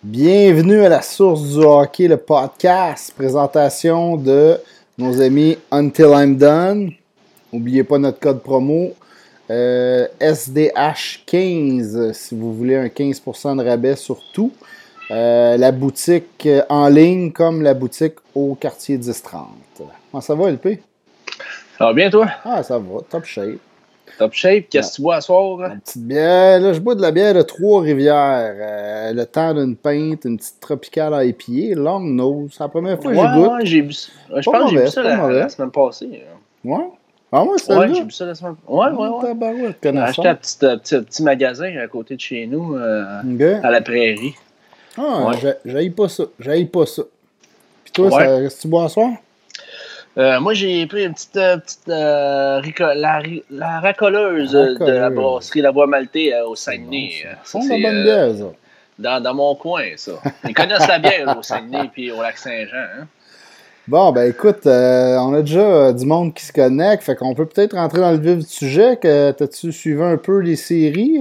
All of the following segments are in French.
Bienvenue à la source du hockey, le podcast. Présentation de nos amis Until I'm Done. N'oubliez pas notre code promo SDH15 si vous voulez un 15% de rabais sur tout. La boutique en ligne comme la boutique au quartier 1030. Comment ça va, LP? Ça va bien, toi? Ah, ça va. Top shape. Top shape, qu'est-ce que tu bois à soir? Une petite bière. Là, je bois de la bière de Trois-Rivières. Le temps d'une pinte, une petite tropicale IPA, long nose. C'est la première fois que j'y goûte. Ouais, j'ai bu ça. Je pense que j'ai bu ça la semaine passée. Ouais? Ah ouais, c'est ouais, j'ai bu ça la semaine passée. Ouais. J'ai acheté un petit magasin à côté de chez nous, à la prairie. Ah, ouais. J'haïs pas ça. Puis toi, qu'est-ce que tu bois à soir? Moi, j'ai pris une petite la racoleuse de la brasserie La Voie Maltais au Saguenay. C'est une bonne bière, ça. Dans mon coin, ça. Ils connaissent la bière au Saguenay et au Lac-Saint-Jean. Hein? Bon, ben écoute, on a déjà du monde qui se connecte, fait qu'on peut peut-être rentrer dans le vif du sujet. T'as-tu suivi un peu les séries?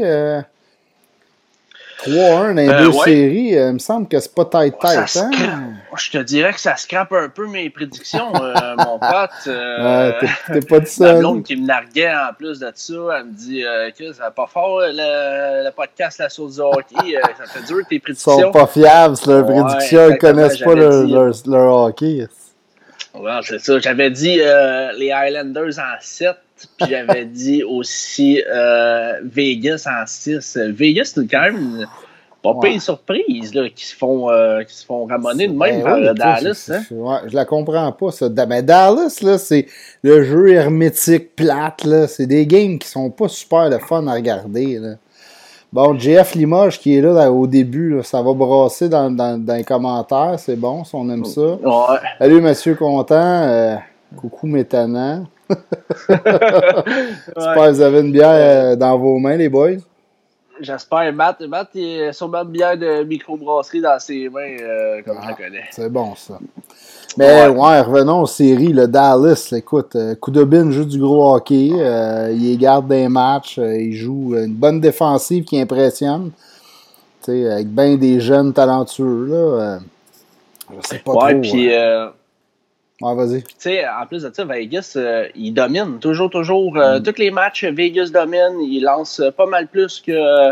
3-1 dans les deux séries, il me semble que c'est pas tight, hein? Je te dirais que ça scrape un peu mes prédictions, mon pote. T'es pas de seul. Ma blonde qui me narguait en plus de ça, elle me dit que ça va pas fort le podcast La Source du hockey, ça fait dur tes prédictions. Ils sont pas fiables, leurs prédictions, ils connaissent pas leur hockey. Ouais, c'est ça. J'avais dit les Highlanders en 7, puis j'avais dit aussi Vegas en 6. Vegas, c'est quand même pas pire surprise là, qui se font ramoner de même par Dallas. Ouais, je la comprends pas, ça. Mais Dallas, là, c'est le jeu hermétique plate. Là. C'est des games qui sont pas super le fun à regarder. Là. Bon, JF Limoges qui est là au début, là, ça va brasser dans les commentaires. C'est bon, si on aime ça. Ouais. Salut, monsieur content. Coucou, métannant. J'espère que vous avez une bière dans vos mains, les boys. J'espère. Matt, il a sûrement une bière de microbrasserie dans ses mains, comme je la connais. C'est bon, ça. Mais ouais, revenons aux séries. Le Dallas, écoute, Khudobin joue du gros hockey. Il les garde des matchs. Il joue une bonne défensive qui impressionne. T'sais, avec bien des jeunes talentueux. Là, je sais pas trop. Puis, ouais, vas-y. Tu sais, en plus de ça, Vegas, il domine toujours. Tous les matchs, Vegas domine. Il lance pas mal plus que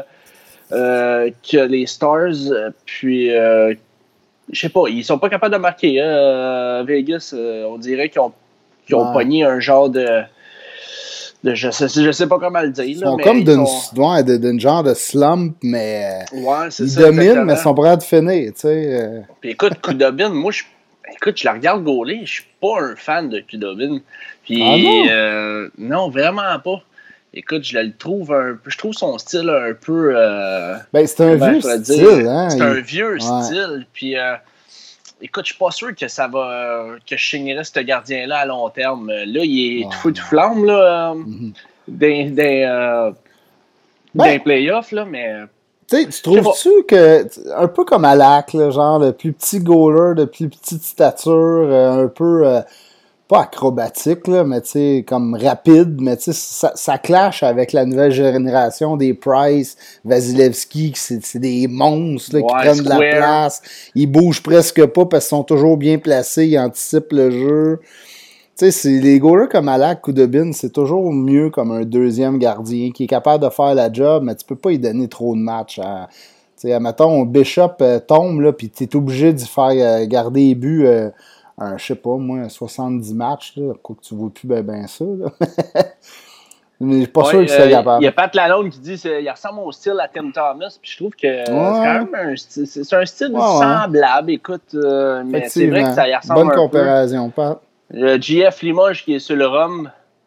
les Stars. Puis, je sais pas, ils sont pas capables de marquer. Vegas, on dirait qu'ils ont pogné un genre de je sais pas comment le dire. Ils sont comme d'une genre de slump, mais ils dominent, exactement. Mais ils sont prêts de finir. Puis écoute, Khudobin, moi, je la regarde gauler, je suis pas un fan de Khudobin. Puis, non, vraiment pas. Écoute, je trouve son style un peu... ben, c'est un vieux style, hein? C'est un vieux style. Puis, écoute, je suis pas sûr que ça va... que je signerais ce gardien-là à long terme. Là, il est tout fou de flamme, là, dans les playoffs, là, mais... Tu trouves-tu que, un peu comme Alak, là, genre le plus petit goaler, de plus petite stature, un peu, pas acrobatique, là, mais tu sais, comme rapide, mais tu sais, ça clash avec la nouvelle génération des Price, Vasilevski, c'est des monstres là, qui prennent de la place, ils bougent presque pas parce qu'ils sont toujours bien placés, ils anticipent le jeu. Tu sais, les goalers comme Alak, Khudobin, c'est toujours mieux comme un deuxième gardien qui est capable de faire la job, mais tu peux pas lui donner trop de matchs. Tu sais, admettons, Bishop tombe, là, puis tu es obligé d'y faire garder les buts, je sais pas, moi, 70 matchs, là, quoi que tu vois plus ben ça, là. Mais je suis pas sûr qu'il soit capable. Il y a Pat Lalonde qui dit qu'il ressemble au style à Tim Thomas, puis je trouve que c'est quand même un style, semblable, écoute, mais c'est vrai que ça y ressemble un peu. Bonne comparaison, Pat. JF Limoges qui est sur le rhum.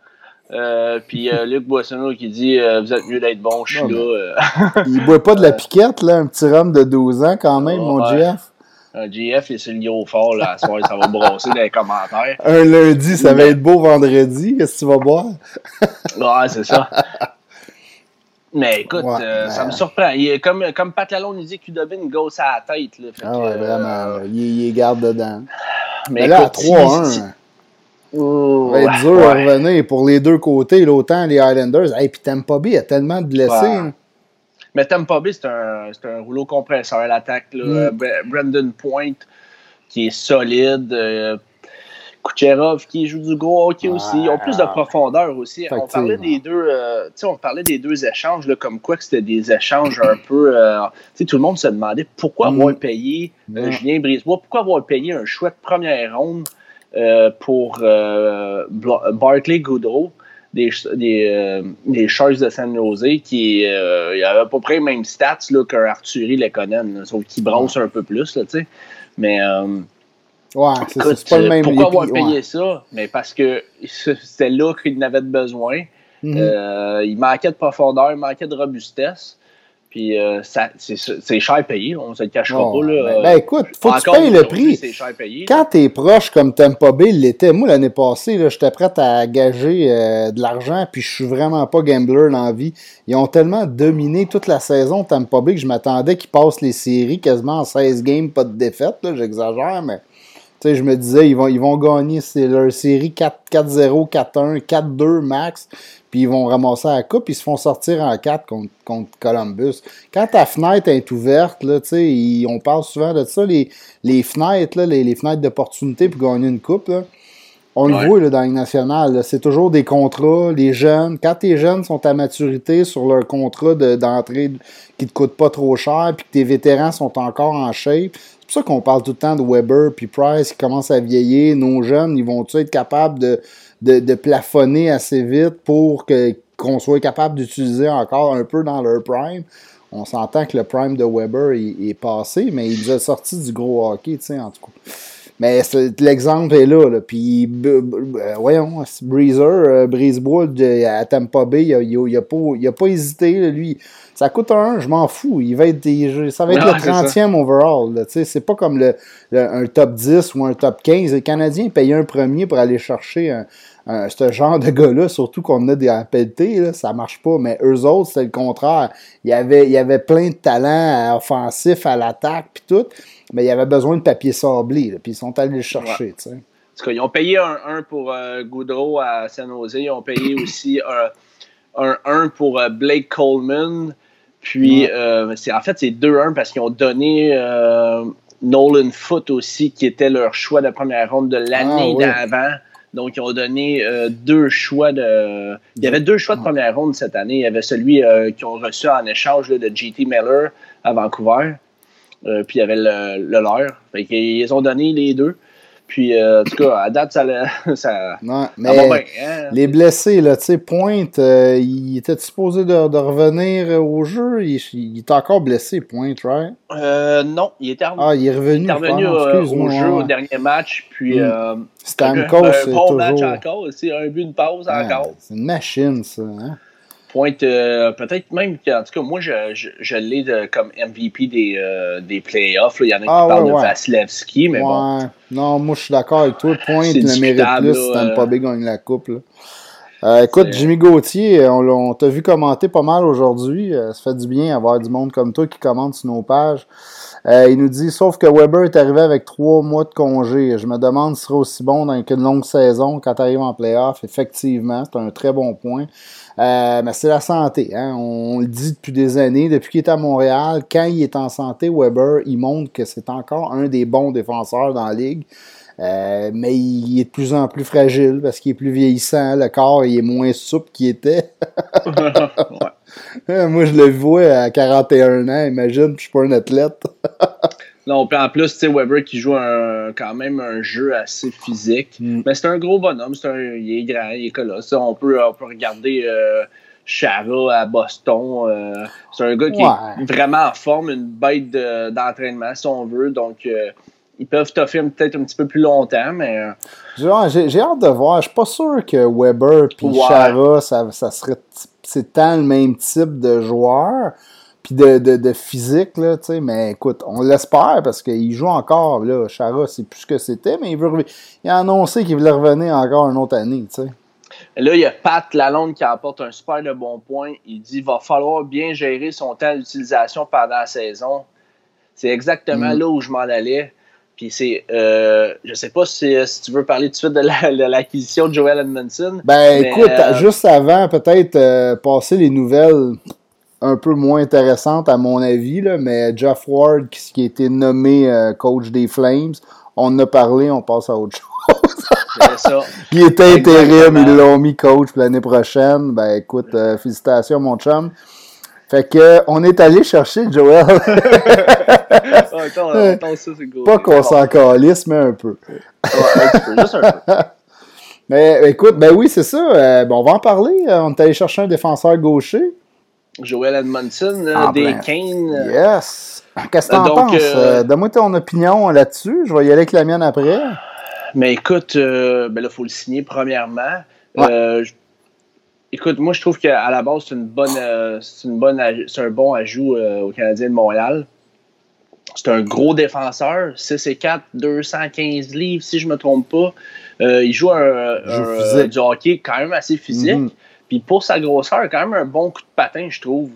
Puis Luc Boissonneau qui dit vous êtes mieux d'être bon, je suis là. Il boit pas de la piquette, là, un petit rhum de 12 ans quand même, mon JF. JF est sur le gros fort, là, ça va brasser dans les commentaires. Un lundi, ça va être beau vendredi, qu'est-ce que tu vas boire? Ouais, c'est ça. Mais écoute, ça me surprend. Comme Pat Lalonde nous dit, Khudobin gosse à la tête. Là, vraiment, il garde dedans. Mais là, écoute, à 3-1... Ça va être dur à revenir pour les deux côtés. Autant les Highlanders. Et puis Tampa Bay a tellement de blessés. Mais Tampa Bay, c'est un rouleau compresseur à l'attaque. Brandon Point, qui est solide. Kucherov, qui joue du gros hockey aussi. Ils ont plus de profondeur aussi. On parlait des deux échanges, là, comme quoi que c'était des échanges un peu... tout le monde se demandait pourquoi avoir payé Julien Brisebois, pourquoi avoir payé un choix de première ronde pour Barclay Goodrow des Sharks de San Jose, qui il avait à peu près les mêmes stats là, qu'un Arthurie Lekonen, sauf qu'il brosse un peu plus, là, mais c'est pas le même. Pourquoi avoir payé ça? Mais parce que c'était là qu'il en avait besoin. Il manquait de profondeur, il manquait de robustesse. Puis c'est cher payé, on ne se le cachera pas. Là. Écoute, faut que tu payes le prix. C'est cher payé. Quand tu es proche comme Tampa Bay l'était, moi l'année passée, là, j'étais prêt à gager de l'argent, puis je suis vraiment pas gambler dans la vie. Ils ont tellement dominé toute la saison Tampa Bay que je m'attendais qu'ils passent les séries quasiment en 16 games, pas de défaite, là, j'exagère, mais je me disais, ils vont gagner leur série 4-0, 4-1, 4-2 max, puis ils vont ramasser la coupe, puis ils se font sortir en 4 contre Columbus. Quand ta fenêtre est ouverte, là, on parle souvent de ça, les fenêtres, là, les fenêtres d'opportunité pour gagner une coupe, là, on le voit là, dans les nationales, là, c'est toujours des contrats, les jeunes. Quand tes jeunes sont à maturité sur leur contrat d'entrée qui ne te coûte pas trop cher, puis que tes vétérans sont encore en shape, c'est pour ça qu'on parle tout le temps de Weber puis Price qui commencent à vieillir. Nos jeunes, ils vont-tu être capables de plafonner assez vite pour qu'on soit capable d'utiliser encore un peu dans leur prime? On s'entend que le prime de Weber est passé, mais il nous a sorti du gros hockey, tu sais, en tout cas. Mais l'exemple est là. Puis, voyons, Brisebois à Tampa Bay, il a pas hésité. Là, lui, ça coûte je m'en fous. Ça va être le 30e overall. Là, c'est pas comme un top 10 ou un top 15. Les Canadiens payaient un premier pour aller chercher ce genre de gars-là, surtout qu'on a des appelletés, là, ça marche pas. Mais eux autres, c'était le contraire. Il y avait plein de talents offensifs à l'attaque puis tout. Mais il y avait besoin de papier sablé, puis ils sont allés le chercher. En tout cas, ils ont payé un pour Goodrow à San Jose. Ils ont payé aussi un pour Blake Coleman. Puis, c'est 2-1 parce qu'ils ont donné Nolan Foote aussi, qui était leur choix de première ronde de l'année d'avant. Donc, ils ont donné deux choix de... Il y avait 2 choix de première ronde cette année. Il y avait celui qu'ils ont reçu en échange là, de JT Miller à Vancouver. Puis il y avait le leur. Fait qu'ils ont donné les 2. Puis, en tout cas, à date, ça non, mais va bien. Hein? Les blessés, là, tu sais, Pointe, il était supposé de revenir au jeu? Il est encore blessé, Pointe, right? Non, il était revenu. Il est revenu. Au jeu au dernier match. Puis, Stamkos, c'est bon toujours... match encore. C'est un but, une pause encore. C'est une machine, ça. Hein? Pointe, peut-être même qu'en tout cas, moi, je l'ai comme MVP des playoffs. Là. Il y en a qui parlent de Vasilevski, mais bon. Non, moi, je suis d'accord avec toi. Pointe le mérite plus si Tampa Bay gagne la coupe. Là. Écoute, Jimmy Gauthier, on t'a vu commenter pas mal aujourd'hui. Ça fait du bien d'avoir du monde comme toi qui commente sur nos pages. Il nous dit, sauf que Weber est arrivé avec 3 mois de congé. Je me demande s'il sera aussi bon dans une longue saison quand tu arrives en playoff. Effectivement, c'est un très bon point. Mais c'est la santé. Hein? On le dit depuis des années. Depuis qu'il est à Montréal, quand il est en santé, Weber, il montre que c'est encore un des bons défenseurs dans la ligue. Mais il est de plus en plus fragile parce qu'il est plus vieillissant. Le corps, il est moins souple qu'il était. Moi, je le vois à 41 ans, imagine, puis je suis pas un athlète. Non, puis en plus, tu sais, Weber qui joue quand même un jeu assez physique. Mais c'est un gros bonhomme, il est grand, il est colosse. On peut regarder Chara à Boston. C'est un gars qui est vraiment en forme, une bête d'entraînement, si on veut. Donc, ils peuvent t'offrir peut-être un petit peu plus longtemps, mais... J'ai hâte de voir. Je suis pas sûr que Weber et Chara, ça serait... C'est tant le même type de joueur, puis de physique, là, tu sais. Mais écoute, on l'espère parce qu'il joue encore, là. Chara, c'est plus ce que c'était, mais il a annoncé qu'il voulait revenir encore une autre année, tu sais. Là, il y a Pat Lalonde qui apporte un super de bon point. Il dit qu'il va falloir bien gérer son temps d'utilisation pendant la saison. C'est exactement là où je m'en allais. Puis c'est, je sais pas si tu veux parler tout de suite de l'acquisition de Joel Edmondson. Écoute, juste avant, peut-être passer les nouvelles un peu moins intéressante à mon avis, là, mais Jeff Ward, qui a été nommé coach des Flames, on en a parlé, on passe à autre chose. C'est ça. Il était intérim, ils l'ont mis coach pour l'année prochaine. Ben écoute, félicitations mon chum. Fait que on est allé chercher Joel. Attends, ça, c'est cool. Pas qu'on s'en calisse, mais un peu. Ouais, un petit peu, juste un peu. Mais écoute, ben oui, c'est ça. On va en parler. On est allé chercher un défenseur gaucher. Joel Edmondson, des Canes. Yes! Qu'est-ce que t'en penses? Donne-moi ton opinion là-dessus. Je vais y aller avec la mienne après. Mais écoute, là, il faut le signer premièrement. Ouais. Écoute, moi, je trouve qu'à la base, c'est un bon ajout au Canadien de Montréal. C'est un gros défenseur, 6'4", 215 livres, si je ne me trompe pas. Il joue du hockey quand même assez physique. Mm-hmm. Puis pour sa grosseur, il a quand même un bon coup de patin, je trouve.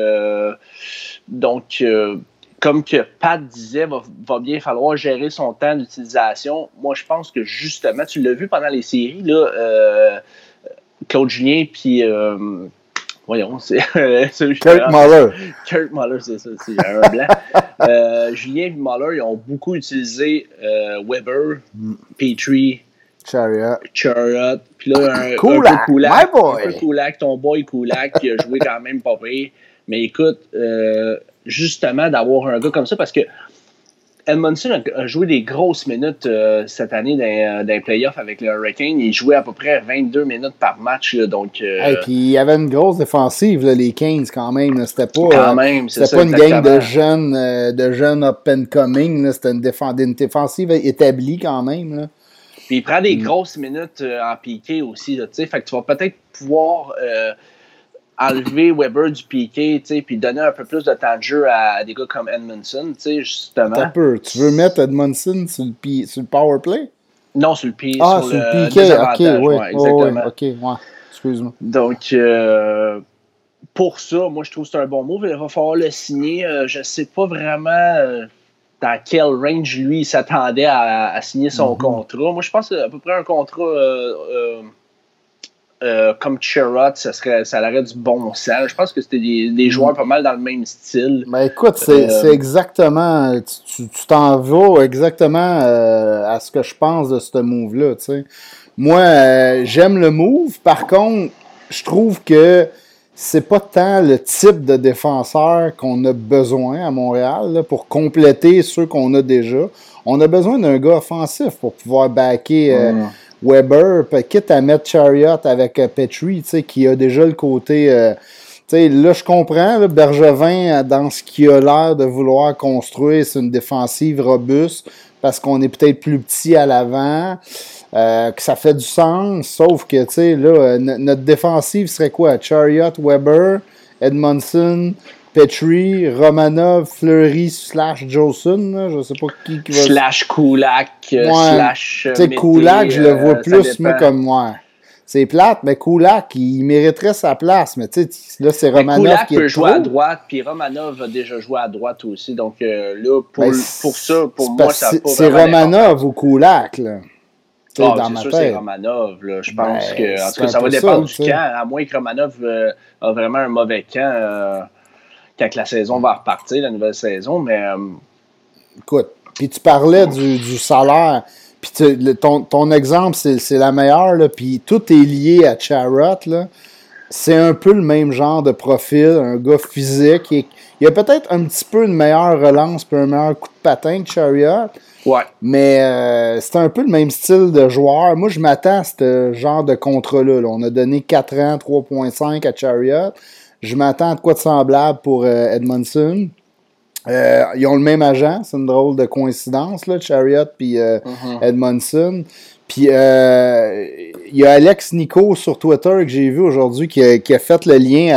Donc, comme que Pat disait, va bien falloir gérer son temps d'utilisation. Moi, je pense que justement, tu l'as vu pendant les séries, là, Claude Julien, puis voyons, c'est celui Kurt Muller. Kurt Muller, c'est ça, c'est un blanc. Julien et Muller, ils ont beaucoup utilisé Weber, Petrie, Chariot, puis là, un peu Kulak, ton boy Kulak, qui a joué quand même pas pire. Mais écoute, justement, d'avoir un gars comme ça, parce que Edmondson a joué des grosses minutes cette année dans les playoffs avec le Hurricane. Il jouait à peu près 22 minutes par match. Là, donc, puis il y avait une grosse défensive, là, les Canes, quand même. Là. C'était pas, c'était pas une gang de jeunes up and coming. Là. C'était une défensive établie quand même. Là. Puis il prend des grosses minutes en piqué aussi. Là, fait que tu vas peut-être pouvoir enlever Weber du piqué, puis donner un peu plus de temps de jeu à des gars comme Edmondson, justement. Un peu. Tu veux mettre Edmondson sur le power play? Non, sur le piqué. Sur le piqué, ok, oui. Ouais, exactement. Ok, ouais. Excuse-moi. Donc, pour ça, moi, je trouve que c'est un bon move. Il va falloir le signer. Je ne sais pas vraiment dans quel range, lui, il s'attendait à signer son contrat. Moi, je pense à peu près un contrat comme Chariot, ça aurait du bon sens. Je pense que c'était des joueurs pas mal dans le même style. Ben écoute, c'est exactement... Tu t'en vas exactement à ce que je pense de ce move-là, tu sais. Moi, j'aime le move. Par contre, je trouve que c'est pas tant le type de défenseur qu'on a besoin à Montréal là, pour compléter ceux qu'on a déjà. On a besoin d'un gars offensif pour pouvoir backer Weber, quitte à mettre Chariot avec Petrie, qui a déjà le côté... là, je comprends, là, Bergevin, dans ce qu'il a l'air de vouloir construire, c'est une défensive robuste parce qu'on est peut-être plus petit à l'avant, que ça fait du sens, sauf que, là, notre défensive serait quoi? Chariot, Weber, Edmondson, Petrie, Romanov, Fleury, / Jolson, là, je sais pas qui va... / Kulak, / Mété, Kulak, je le vois plus, moi, comme moi. C'est plate, mais Kulak, il mériterait sa place, mais tu sais, là, c'est Romanov Kulak qui est peut jouer à droite, puis Romanov a déjà joué à droite aussi, donc là, pour ça, pour moi, ça n'a pas c'est Romanov ou Kulak, là. Dans ma tête. C'est Romanov, là. Je pense que, en tout cas, ça va dépendre du camp, à moins que Romanov a vraiment un mauvais camp quand la saison va repartir, la nouvelle saison, mais... Écoute, puis tu parlais du salaire, puis ton exemple, c'est la meilleure, là, puis tout est lié à Chariot, là. C'est un peu le même genre de profil, un gars physique. Il a peut-être un petit peu une meilleure relance puis un meilleur coup de patin que Chariot. Ouais. Mais c'est un peu le même style de joueur. Moi, je m'attends à ce genre de contrat-là. Là. On a donné 4 ans, 3,5 à Chariot. Je m'attends à de quoi de semblable pour Edmondson. Ils ont le même agent. C'est une drôle de coïncidence, là, Chariot puis Edmondson. Puis il y a Alex Nico sur Twitter que j'ai vu aujourd'hui qui a fait le lien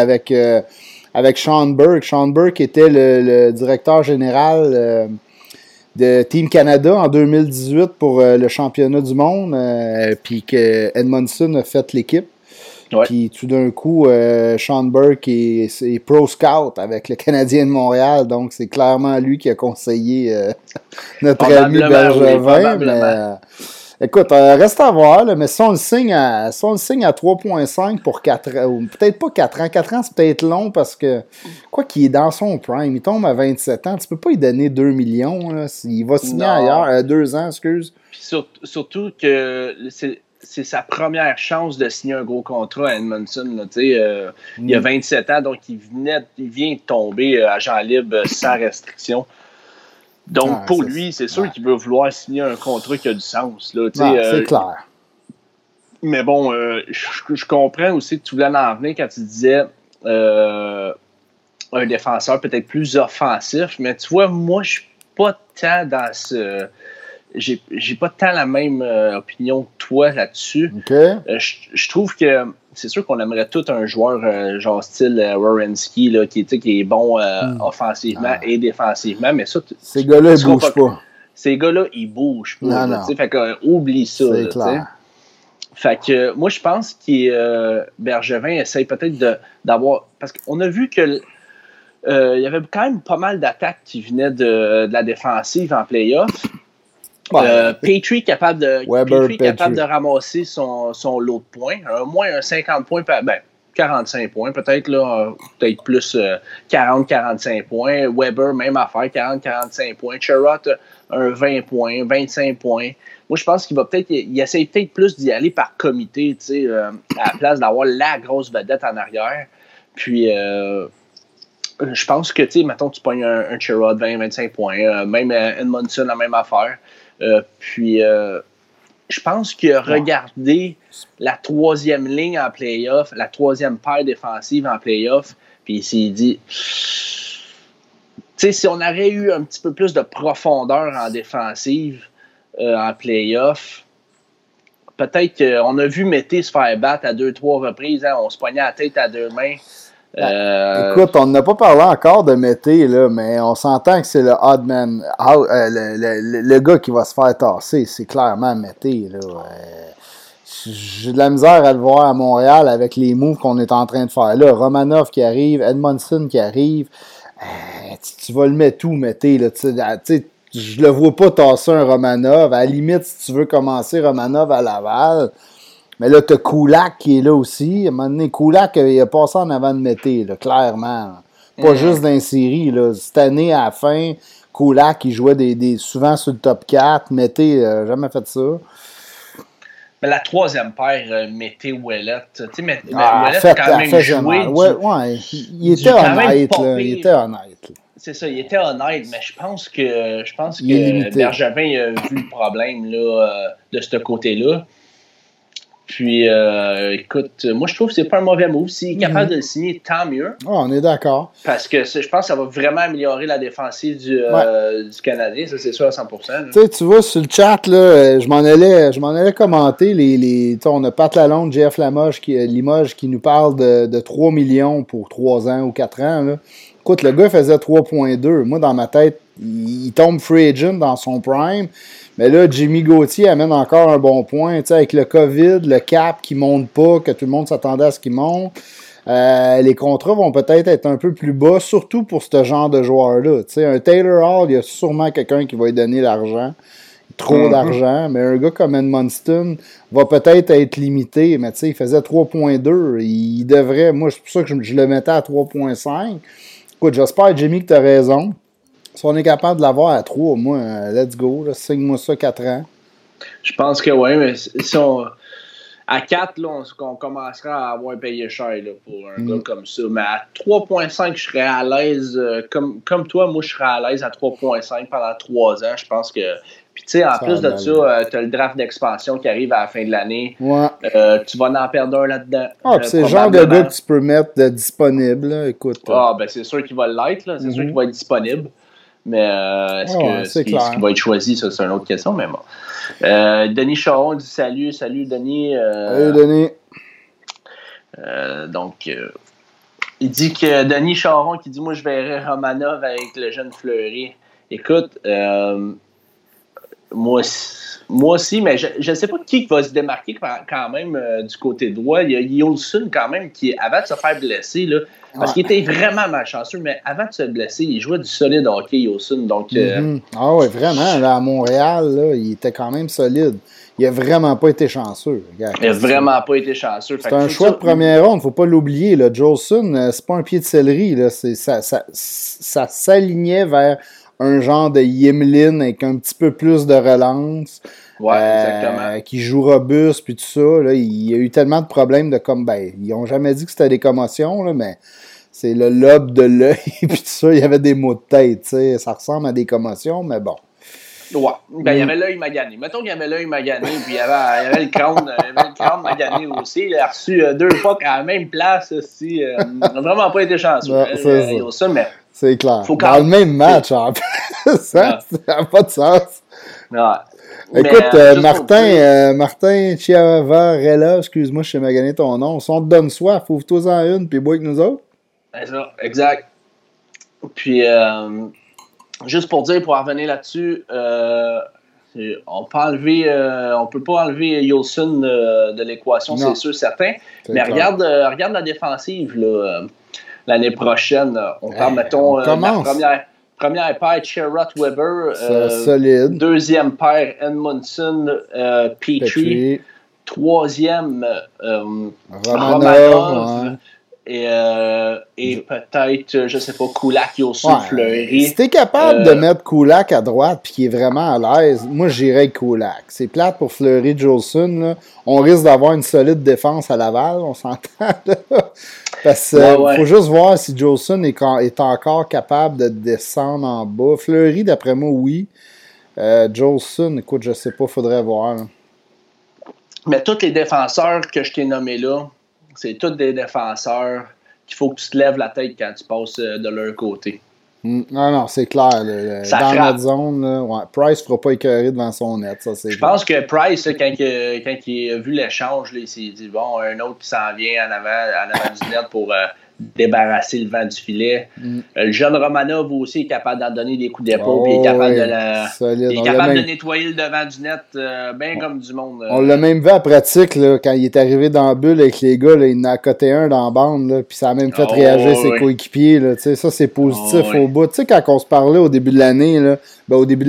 avec Sean Burke. Sean Burke était le directeur général de Team Canada en 2018 pour le championnat du monde, puis que Edmondson a fait l'équipe. Ouais. Puis tout d'un coup, Sean Burke est pro scout avec le Canadien de Montréal, donc c'est clairement lui qui a conseillé notre ami Bergevin. Écoute, reste à voir, là, mais si on le signe à 3,5 pour 4 ans, ou peut-être pas 4 ans. 4 ans, c'est peut-être long parce que, quoi qu'il est dans son prime, il tombe à 27 ans, tu peux pas lui donner 2 millions. Là, il va signer ailleurs, 2 ans, excuse. Puis surtout que c'est sa première chance de signer un gros contrat à Edmondson. Là, il a 27 ans, donc il vient de tomber agent libre sans restriction. Donc, pour lui, c'est sûr qu'il veut vouloir signer un contrat qui a du sens. Là, c'est clair. Mais bon, je comprends aussi que tu voulais en venir quand tu disais un défenseur peut-être plus offensif. Mais tu vois, moi, je suis pas tant dans ce... J'ai pas tant la même opinion que toi là-dessus. Okay. Je trouve que c'est sûr qu'on aimerait tout un joueur genre style Werenski là, qui est bon offensivement et défensivement, mais ça... Ces gars-là, ils bougent pas. Ces gars-là, ils bougent pas. Non. Fait que, oublie ça. C'est là, clair. Fait que moi, je pense que Bergevin essaye peut-être d'avoir... Parce qu'on a vu que il y avait quand même pas mal d'attaques qui venaient de la défensive en play-off. Petrie capable de ramasser son lot de points. Au moins un 50 points, 45 points peut-être, là, peut-être plus 40-45 points. Weber, même affaire, 40-45 points. Sherrod, un 20 points, 25 points. Moi, je pense il essaie peut-être plus d'y aller par comité, à la place d'avoir la grosse vedette en arrière. Puis, je pense que, mettons, tu pognes un Sherrod, 20-25 points. Même Edmondson, la même affaire. Puis, je pense qu'il a regardé la troisième ligne en play-off, la troisième paire défensive en play-off, puis il s'est dit, si on aurait eu un petit peu plus de profondeur en défensive en play-off, peut-être qu'on a vu Mété se faire battre à 2-3 reprises, hein, on se poignait la tête à deux mains. Écoute, on n'a pas parlé encore de Mété, là, mais on s'entend que c'est le odd man, le gars qui va se faire tasser, c'est clairement Mété. J'ai de la misère à le voir à Montréal avec les moves qu'on est en train de faire là. Romanov qui arrive, Edmondson qui arrive, tu vas le mettre où, Mété? Là, je le vois pas tasser un Romanov. À la limite, si tu veux commencer Romanov à Laval... Mais là, t'as Kulak qui est là aussi. À un moment donné, Kulak, il a passé en avant de Mété, là, clairement. Pas juste dans les séries. Là. Cette année, à la fin, Kulak, il jouait souvent sur le top 4. Mété n'a jamais fait ça. Mais la troisième paire, Mété Ouellette. Tu sais, Ouellette a quand même joué. Il était honnête. Là. Il était honnête. C'est ça, il était honnête, mais je pense que Bergevin a vu le problème là, de ce côté-là. Puis, écoute, moi, je trouve que c'est pas un mauvais move. S'il est capable de le signer, tant mieux. On est d'accord. Parce que je pense que ça va vraiment améliorer la défensive du Canadien. Ça, c'est sûr à 100%. Tu vois, sur le chat, là, je m'en allais commenter. On a Pat Lalonde, JF Limoges qui nous parle de 3 millions pour 3 ans ou 4 ans. Là. Écoute, le gars faisait 3,2. Moi, dans ma tête, il tombe free agent dans son prime. Mais là, Jimmy Gauthier amène encore un bon point. Avec le COVID, le cap qui ne monte pas, que tout le monde s'attendait à ce qu'il monte, les contrats vont peut-être être un peu plus bas, surtout pour ce genre de joueur-là. Un Taylor Hall, il y a sûrement quelqu'un qui va lui donner l'argent. Trop d'argent. Mais un gars comme Edmondson va peut-être être limité. Mais il faisait 3,2. Il devrait... Moi, c'est pour ça que je le mettais à 3,5. Écoute, j'espère, Jimmy, que tu as raison. Si on est capable de l'avoir à 3, moi, let's go. Là, signe-moi ça 4 ans. Je pense que oui, mais si à 4, là, on commencera à avoir payé cher là, pour un gars comme ça. Mais à 3,5, je serais à l'aise. Comme toi, moi, je serais à l'aise à 3,5 pendant 3 ans. Je pense que... Puis, tu sais, en plus de ça, tu as le draft d'expansion qui arrive à la fin de l'année. Ouais. Tu vas en perdre un là-dedans. Puis c'est le genre de gars que tu peux mettre de disponible. Là. Écoute. Ben c'est sûr qu'il va l'être. Là. C'est sûr qu'il va être disponible. Mais est-ce qu'il va être choisi, ça, c'est une autre question. Mais bon. Denis Charon dit salut Denis. Salut Denis. Donc, il dit que Denis Charon qui dit moi je verrais Romanov avec le jeune Fleury. Écoute, moi aussi, mais je ne sais pas qui va se démarquer quand même du côté droit. Il y a Yolson quand même qui, avant de se faire blesser, là, parce qu'il était vraiment malchanceux, mais avant de se blesser, il jouait du solide hockey, Yolson. Donc, Ah oui, vraiment, là, à Montréal, là, il était quand même solide. il a vraiment pas été chanceux. Regarde, il a vraiment pas été chanceux. C'est un choix de première ronde, faut pas l'oublier. Là. Jolson, c'est pas un pied de céleri. Là. Ça s'alignait vers un genre de Yimlin avec un petit peu plus de relance. Ouais, exactement. Qui joue robuste, puis tout ça. Là, il y a eu tellement de problèmes de comme, ils ont jamais dit que c'était des commotions, là, mais c'est le lobe de l'œil, puis tout ça, il y avait des maux de tête, tu sais. Ça ressemble à des commotions, mais bon. Ouais, il y avait l'œil magané. Mettons qu'il y avait l'œil magané, puis il y avait le crâne magané aussi. Il a reçu 2 fois à la même place aussi. Il n'a vraiment pas été chanceux. Non, ça, mais c'est clair. Dans le même match, en plus. Ça n'a pas de sens. Ouais. Écoute, Martin Chiavarella, excuse-moi, je sais magané ton nom. Si on te donne soif, ouvre-toi-en une, puis bois avec nous autres. C'est ça, exact. Puis, juste pour dire, pour revenir là-dessus, on peut pas enlever Yolson de l'équation, c'est sûr, certain. Mais regarde la défensive là, l'année prochaine. On parle, mettons, la première paire, Sherrod Weber. Solide. Deuxième paire, Edmondson, Petrie. Troisième, Romanov. Ouais. Et peut-être, je sais pas, Kulak, Yolson, Fleury. Si t'es capable de mettre Kulak à droite puis qu'il est vraiment à l'aise, moi j'irais avec Kulak. C'est plate pour Fleury, Jolson. Là. On risque d'avoir une solide défense à Laval, on s'entend. Là. Parce qu'il faut juste voir si Jolson est encore capable de descendre en bas. Fleury, d'après moi, oui. Jolson, écoute, je sais pas, faudrait voir. Là. Mais tous les défenseurs que je t'ai nommés là, c'est tous des défenseurs qu'il faut que tu te lèves la tête quand tu passes de leur côté. Non, c'est clair. Dans notre zone, là, Price ne fera pas écœurer devant son net. Ça, je pense que Price, quand il a vu l'échange, là, il s'est dit, bon, un autre qui s'en vient en avant du net pour débarrasser le vent du filet. Le jeune Romanov aussi est capable d'en donner des coups d'épaule puis il est capable de nettoyer le devant du net bien comme du monde. On l'a même vu à pratique là, quand il est arrivé dans la bulle avec les gars, là, il en a coté un dans la bande puis ça a même fait réagir ses coéquipiers. Là, ça, c'est positif au bout. Tu sais, quand on se parlait au début de l'année, au début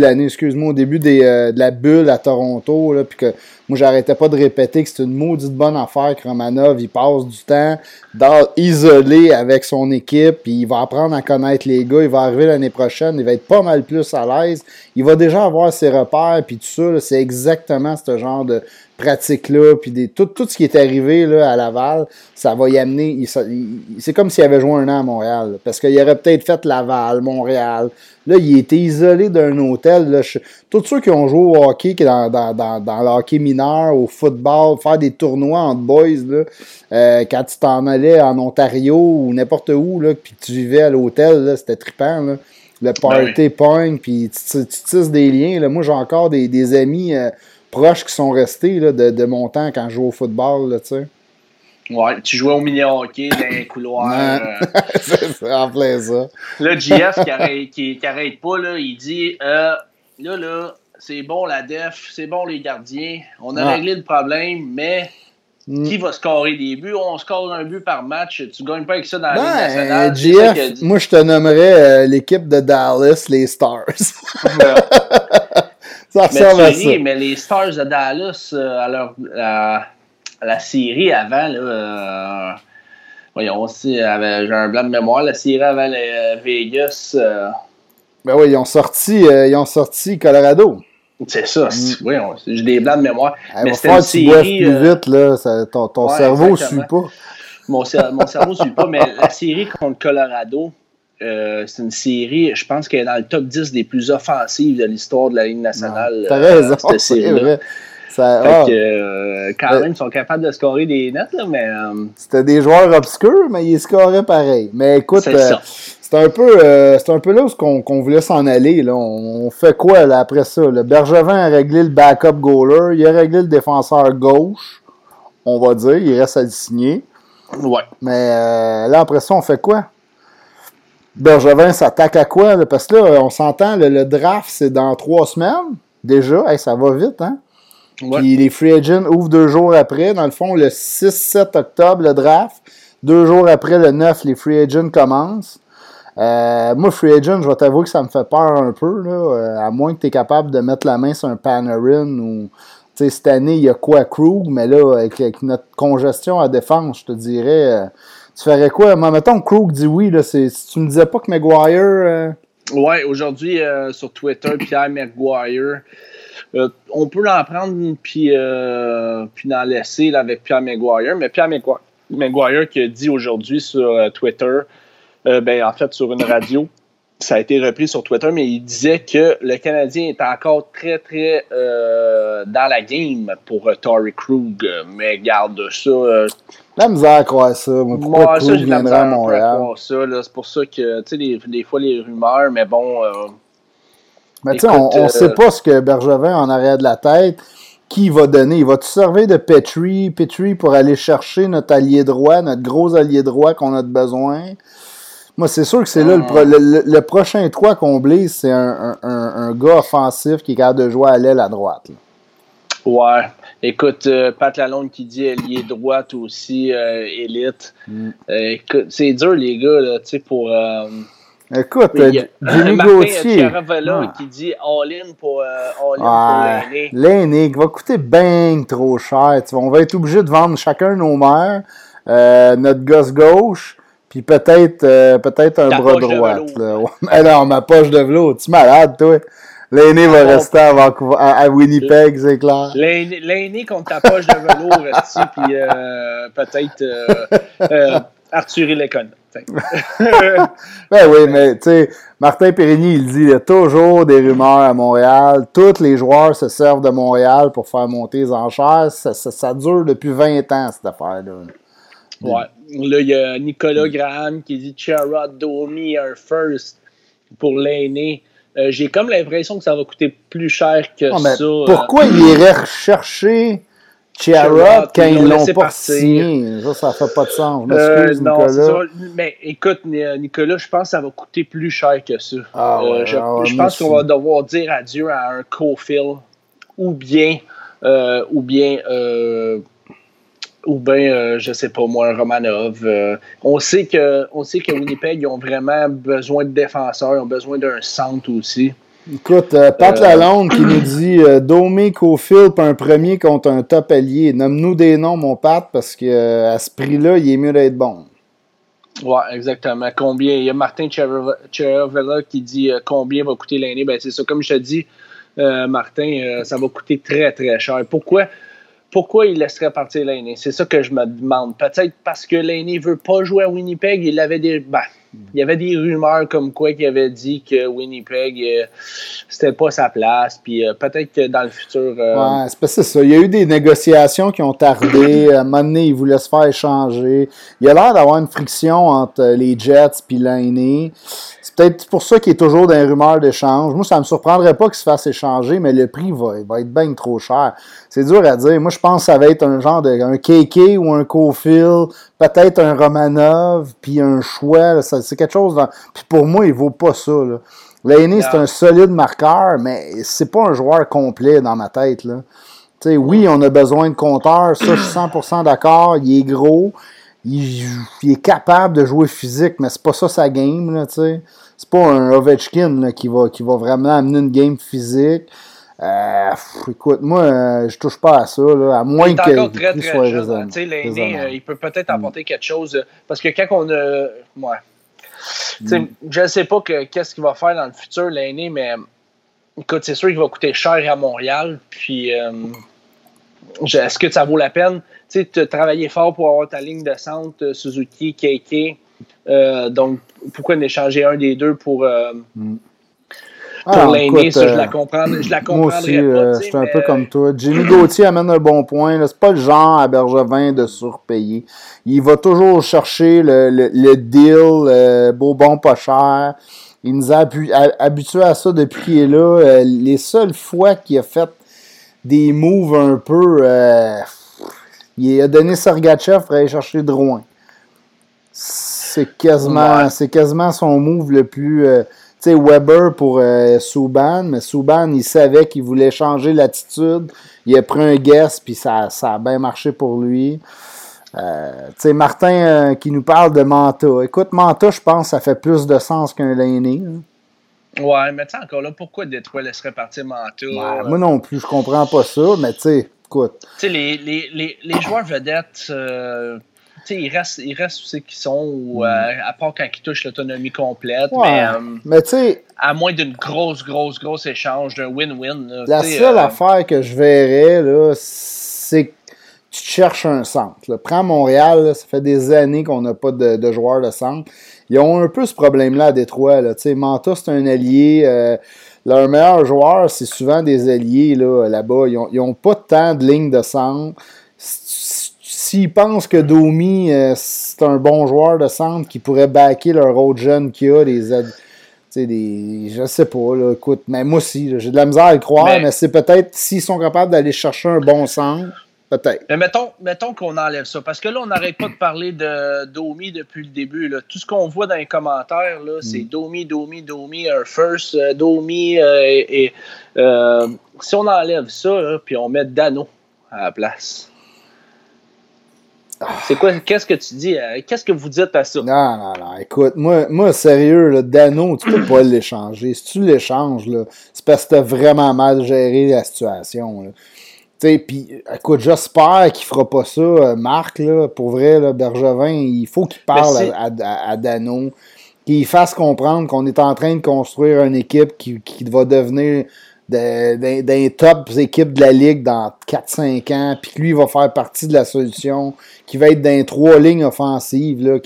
de la bulle à Toronto, puis que moi, j'arrêtais pas de répéter que c'est une maudite bonne affaire que Romanov, il passe du temps isolé avec son équipe, puis il va apprendre à connaître les gars, il va arriver l'année prochaine, il va être pas mal plus à l'aise, il va déjà avoir ses repères, puis tout ça, là, c'est exactement ce genre de pratique-là, puis tout ce qui est arrivé là, à Laval, ça va y amener, c'est comme s'il avait joué un an à Montréal, là, parce qu'il aurait peut-être fait Laval, Montréal, là, il était isolé d'un hôtel, là, tous ceux qui ont joué au hockey, dans le hockey mineur, au football, faire des tournois entre boys, là, quand tu t'en allais en Ontario ou n'importe où, là, puis que tu vivais à l'hôtel, là, c'était trippant, là. Le party point, puis tu tisses des liens. Là. Moi, j'ai encore des amis proches qui sont restés là, de mon temps quand je jouais au football, là, tu sais. Ouais, tu jouais au mini-hockey dans les couloirs. C'est en plein ça. Là, JF qui arrête pas, là, il dit là, c'est bon la def, c'est bon les gardiens, on a réglé le problème, mais qui va scorer des buts? On score un but par match, tu gagnes pas avec ça dans la Ligue nationale. JF, moi je te nommerais l'équipe de Dallas, les Stars. Ça ressemble à ça. Mais les Stars de Dallas, à la série avant, là, voyons aussi, j'ai un blanc de mémoire, la série avant les Vegas. Ben oui, ils ont sorti Colorado. C'est ça, oui, j'ai des blancs de mémoire. Mais c'était une série. Plus vite, là, ton cerveau ne suit pas. Mon cerveau ne suit pas, mais la série contre Colorado, c'est une série, je pense qu'elle est dans le top 10 des plus offensives de l'histoire de la Ligue nationale. T'as raison, cette série-là. Quand même, ils sont capables de scorer des nets, là, mais... C'était des joueurs obscurs, mais ils scoraient pareil. Mais écoute, c'est un peu là où qu'on voulait s'en aller. Là. On fait quoi là, après ça? Le Bergevin a réglé le backup goaler, il a réglé le défenseur gauche, on va dire, il reste à le signer. Ouais. Mais là, après ça, on fait quoi? Bergevin s'attaque à quoi? Là? Parce que là, on s'entend, le draft, c'est dans 3 semaines. Déjà, ça va vite, hein? Ouais. Puis les free agents ouvrent 2 jours après. Dans le fond, le 6-7 octobre, le draft. 2 jours après, le 9, les free agents commencent. Moi, free agent, je vais t'avouer que ça me fait peur un peu, là, à moins que tu es capable de mettre la main sur un Panarin ou sais, cette année, il y a quoi, Krug, mais là, avec notre congestion à défense, je te dirais, tu ferais quoi? Moi, mettons, Krug dit oui, là, si tu me disais pas que Maguire... Ouais, aujourd'hui, sur Twitter, Pierre Maguire, on peut en prendre puis en laisser là, avec Pierre Maguire, mais Pierre Maguire qui a dit aujourd'hui sur Twitter, en fait, sur une radio, ça a été repris sur Twitter, mais il disait que le Canadien est encore très, très dans la game pour Torrey Krug. Mais garde ça. La misère à croire ça. Pourquoi Krug viendrait à Montréal? C'est pour ça que, tu sais, des fois, les rumeurs, mais bon... mais tu sais, on ne sait pas ce que Bergevin en arrière de la tête. Qui il va donner? Il va-tu servir de Petrie pour aller chercher notre allié droit, notre gros allié droit qu'on a de besoin? Moi, c'est sûr que c'est là le prochain trou à combler, c'est un gars offensif qui est capable de jouer à l'aile à droite. Là. Ouais. Écoute, Pat Lalonde qui dit ailier droite aussi, élite. Écoute, c'est dur, les gars, là, tu sais, pour... Écoute, Jimmy Gauthier. Martin qui dit all-in pour Lainé. Lainé, qui va coûter bien trop cher. On va être obligé de vendre chacun nos mères, notre gosse gauche, puis peut-être un bras droit. Alors, ma poche de velours, tu es malade, toi? Lainé va rester à Vancouver, à Winnipeg, c'est clair. Lainé contre ta poche de velours, puis peut-être Arthur Lécon. Ben oui, mais tu sais, Martin Périgny, il dit il y a toujours des rumeurs à Montréal. Tous les joueurs se servent de Montréal pour faire monter les enchères. Ça dure depuis 20 ans, cette affaire-là. Ouais. Là, il y a Nicolas Graham qui dit Chara, Domi, un first pour Lainé. J'ai comme l'impression que ça va coûter plus cher que ça. Pourquoi ils iraient rechercher Chara quand ils l'ont pas signé? Ça fait pas de sens. Je m'excuse, Nicolas. Ça. Mais écoute, Nicolas, je pense que ça va coûter plus cher que ça. Je pense qu'on va devoir dire adieu à un Cofield ou bien je sais pas moi, un Romanov. On sait que Winnipeg, ils ont vraiment besoin de défenseurs, ils ont besoin d'un centre aussi. Écoute, Pat Lalonde qui nous dit Domi, Cofield, puis un premier contre un top allié. Nomme-nous des noms, mon Pat, parce que à ce prix-là, il est mieux d'être bon. Ouais, exactement. Combien? Il y a Martin Chervella qui dit combien va coûter Lainé. Ben, c'est ça, comme je te dis, Martin, ça va coûter très, très cher. Pourquoi il laisserait partir Lainé? C'est ça que je me demande. Peut-être parce que Lainé ne veut pas jouer à Winnipeg. Il y avait des rumeurs comme quoi qu'il avait dit que Winnipeg, c'était pas sa place. Puis peut-être que dans le futur... Ouais, c'est ça. Il y a eu des négociations qui ont tardé. À un moment donné, il voulait se faire échanger. Il y a l'air d'avoir une friction entre les Jets et Lainé. C'est peut-être pour ça qu'il est toujours dans les rumeurs d'échange. Moi, ça ne me surprendrait pas qu'il se fasse échanger, mais le prix va être bien trop cher. C'est dur à dire. Moi, je pense que ça va être un genre de un KK ou un Cofield, peut-être un Romanov, puis un choix. Là, c'est quelque chose... Puis pour moi, il vaut pas ça. Lainé, c'est un solide marqueur, mais c'est pas un joueur complet dans ma tête. Là. Oui, on a besoin de compteurs. Ça, je suis 100% d'accord. Il est gros. Il est capable de jouer physique, mais c'est pas ça sa game. Là, c'est pas un Ovechkin là, qui va vraiment amener une game physique. Écoute, moi, je touche pas à ça, là, à moins que le prix soit raisonnable. Lainé, il peut peut-être apporter quelque chose, parce que quand on a... Je ne sais pas qu'est-ce qu'il va faire dans le futur, Lainé, mais écoute, c'est sûr qu'il va coûter cher à Montréal, puis est-ce que ça vaut la peine? Tu as travaillé fort pour avoir ta ligne de centre, Suzuki, KK, donc pourquoi n'échanger un des deux pour Lainé, ça, je la comprendrais moi aussi, pas. Je suis un peu comme toi. Jimmy Gauthier amène un bon point. C'est pas le genre à Bergevin de surpayer. Il va toujours chercher le deal, beau, bon, pas cher. Il nous a habitués à ça depuis qu'il est là. Les seules fois qu'il a fait des moves un peu... il a donné Sergachev pour aller chercher Drouin. C'est quasiment son move le plus... tu sais, Weber pour Subban, mais Subban, il savait qu'il voulait changer l'attitude. Il a pris un guess, puis ça a bien marché pour lui. Tu sais, Martin qui nous parle de Manta. Écoute, Manta, je pense que ça fait plus de sens qu'un Lainé. Ouais, mais tu sais, encore là, pourquoi Détroit laisserait partir Manta? Ouais, moi non plus, je comprends pas ça, mais tu sais, écoute. Tu sais, les joueurs vedettes, tu sais, ils restent où c'est qu'ils sont, ou, à part quand ils touchent l'autonomie complète. Ouais, mais tu sais. À moins d'une grosse échange, d'un win-win. Là, la seule affaire que je verrais, là, c'est que tu cherches un centre. Là. Prends Montréal, là, ça fait des années qu'on n'a pas de joueurs de centre. Ils ont un peu ce problème-là à Détroit. Là. Manta, c'est un allié. Leurs meilleurs joueurs, c'est souvent des alliés là-bas. Ils n'ont pas tant de lignes de centre. S'ils pensent que Domi, c'est un bon joueur de centre qui pourrait backer leur autre jeune qui a je sais pas, là, écoute, mais moi aussi, là, j'ai de la misère à le croire, mais c'est peut-être s'ils sont capables d'aller chercher un bon centre, peut-être. Mais mettons qu'on enlève ça, parce que là, on n'arrête pas de parler de Domi depuis le début. Là. Tout ce qu'on voit dans les commentaires, là, c'est Domi, un first, Domi, si on enlève ça, là, puis on met Dano à la place. C'est quoi? Qu'est-ce que tu dis? Qu'est-ce que vous dites à ça? Non. Écoute, moi sérieux, là, Dano, tu peux pas l'échanger. Si tu l'échanges, là, c'est parce que t'as vraiment mal géré la situation. Puis, écoute, j'espère qu'il fera pas ça, Marc, là, pour vrai, là, Bergevin, il faut qu'il parle à Dano, qu'il fasse comprendre qu'on est en train de construire une équipe qui va devenir des top équipes de la Ligue dans 4-5 ans, puis que lui va faire partie de la solution, qui va être dans les 3 lignes offensives, là,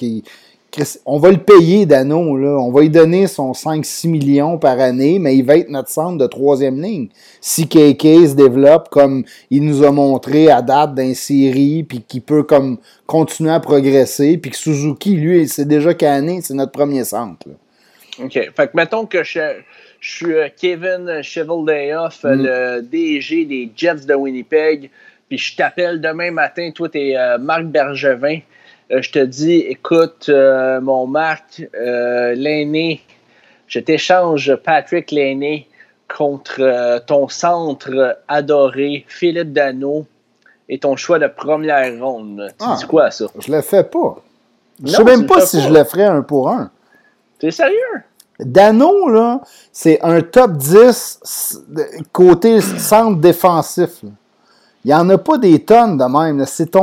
on va le payer, Dano, là. On va lui donner son 5-6 millions par année, mais il va être notre centre de 3e ligne. Si KK se développe comme il nous a montré à date dans les séries, puis qu'il peut comme continuer à progresser, puis que Suzuki, lui, c'est déjà canné, c'est notre premier centre. Là. OK. Fait que mettons que je suis Kevin Cheveldayoff, le DG des Jets de Winnipeg, puis je t'appelle demain matin, toi, t'es Marc Bergevin. Je te dis, écoute, mon Marc, Lainé, je t'échange Patrick Lainé contre ton centre adoré, Philippe Dano, et ton choix de première ronde. Tu dis quoi à ça? Je le fais pas. Je sais même pas si je le ferais 1 pour 1. T'es sérieux? Dano, là, c'est un top 10 côté centre défensif. Là. Il n'y en a pas des tonnes de même. Là. C'est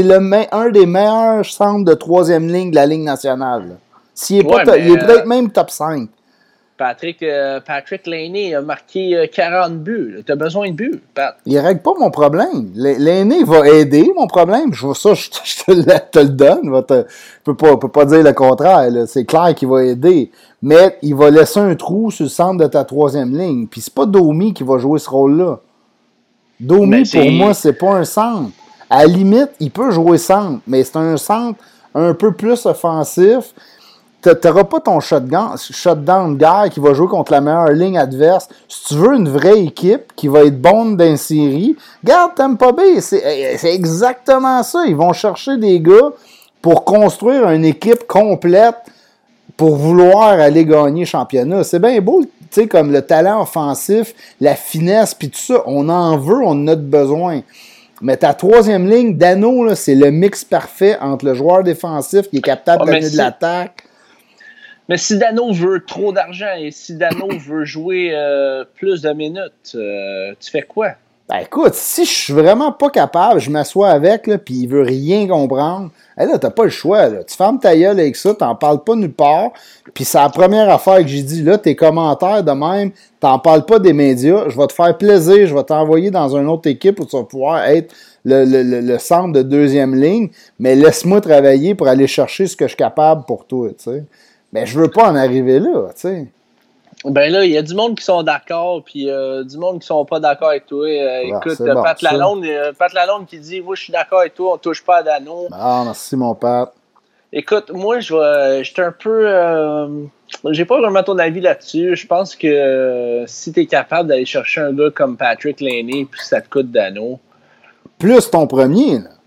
un des meilleurs centres de 3e ligne de la Ligue nationale. Il est peut-être même top 5. Patrick Lainé a marqué 40 buts. Tu as besoin de buts, Pat. Il ne règle pas mon problème. Lainé va aider mon problème. Je te le donne. Je ne peux pas dire le contraire. Là. C'est clair qu'il va aider. Mais il va laisser un trou sur le centre de ta 3e ligne. Puis c'est pas Domi qui va jouer ce rôle-là. Domi, pour moi, c'est pas un centre. À la limite, il peut jouer centre, mais c'est un centre un peu plus offensif. Tu n'auras pas ton shutdown guy qui va jouer contre la meilleure ligne adverse. Si tu veux une vraie équipe qui va être bonne dans une série, regarde Tampa Bay, c'est exactement ça. Ils vont chercher des gars pour construire une équipe complète pour vouloir aller gagner le championnat. C'est bien beau, tu sais, comme le talent offensif, la finesse, puis tout ça. On en veut, on en a besoin. Mais ta 3e ligne, Dano, là, c'est le mix parfait entre le joueur défensif qui est capable d'amener de l'attaque. Mais si Dano veut trop d'argent et si Dano veut jouer plus de minutes, tu fais quoi? Ben écoute, si je suis vraiment pas capable, je m'assois avec, là, puis il veut rien comprendre, là, t'as pas le choix. Là. Tu fermes ta gueule avec ça, t'en parles pas nulle part, puis c'est la première affaire que j'ai dit, là, tes commentaires de même, t'en parles pas des médias, je vais te faire plaisir, je vais t'envoyer dans une autre équipe où tu vas pouvoir être le centre de 2e ligne, mais laisse-moi travailler pour aller chercher ce que je suis capable pour toi, tu sais. Mais je veux pas en arriver là, tu sais. Ben là, il y a du monde qui sont d'accord, puis du monde qui sont pas d'accord avec toi. Écoute, bon, Pat Lalonde qui dit « Oui, je suis d'accord avec toi, on touche pas à Dano. » Ah, merci mon Pat. Écoute, moi, j'étais un peu... j'ai pas vraiment ton avis là-dessus. Je pense que si t'es capable d'aller chercher un gars comme Patrick Lainé, puis ça te coûte Dano... Plus ton premier, là.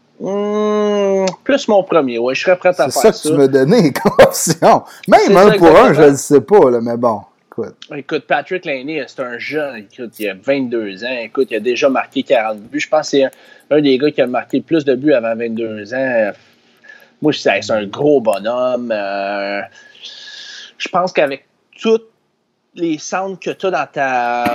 Plus mon premier, ouais, je serais prêt à faire ça. C'est ça que tu m'as donné comme option. Même 1 pour 1, je ne le sais pas, là, mais bon, écoute. Écoute, Patrick Lainé, c'est un jeune, écoute, il a 22 ans, écoute, il a déjà marqué 40 buts. Je pense que c'est un des gars qui a marqué le plus de buts avant 22 ans. Moi, c'est un gros bonhomme. Je pense qu'avec tout les centres que tu as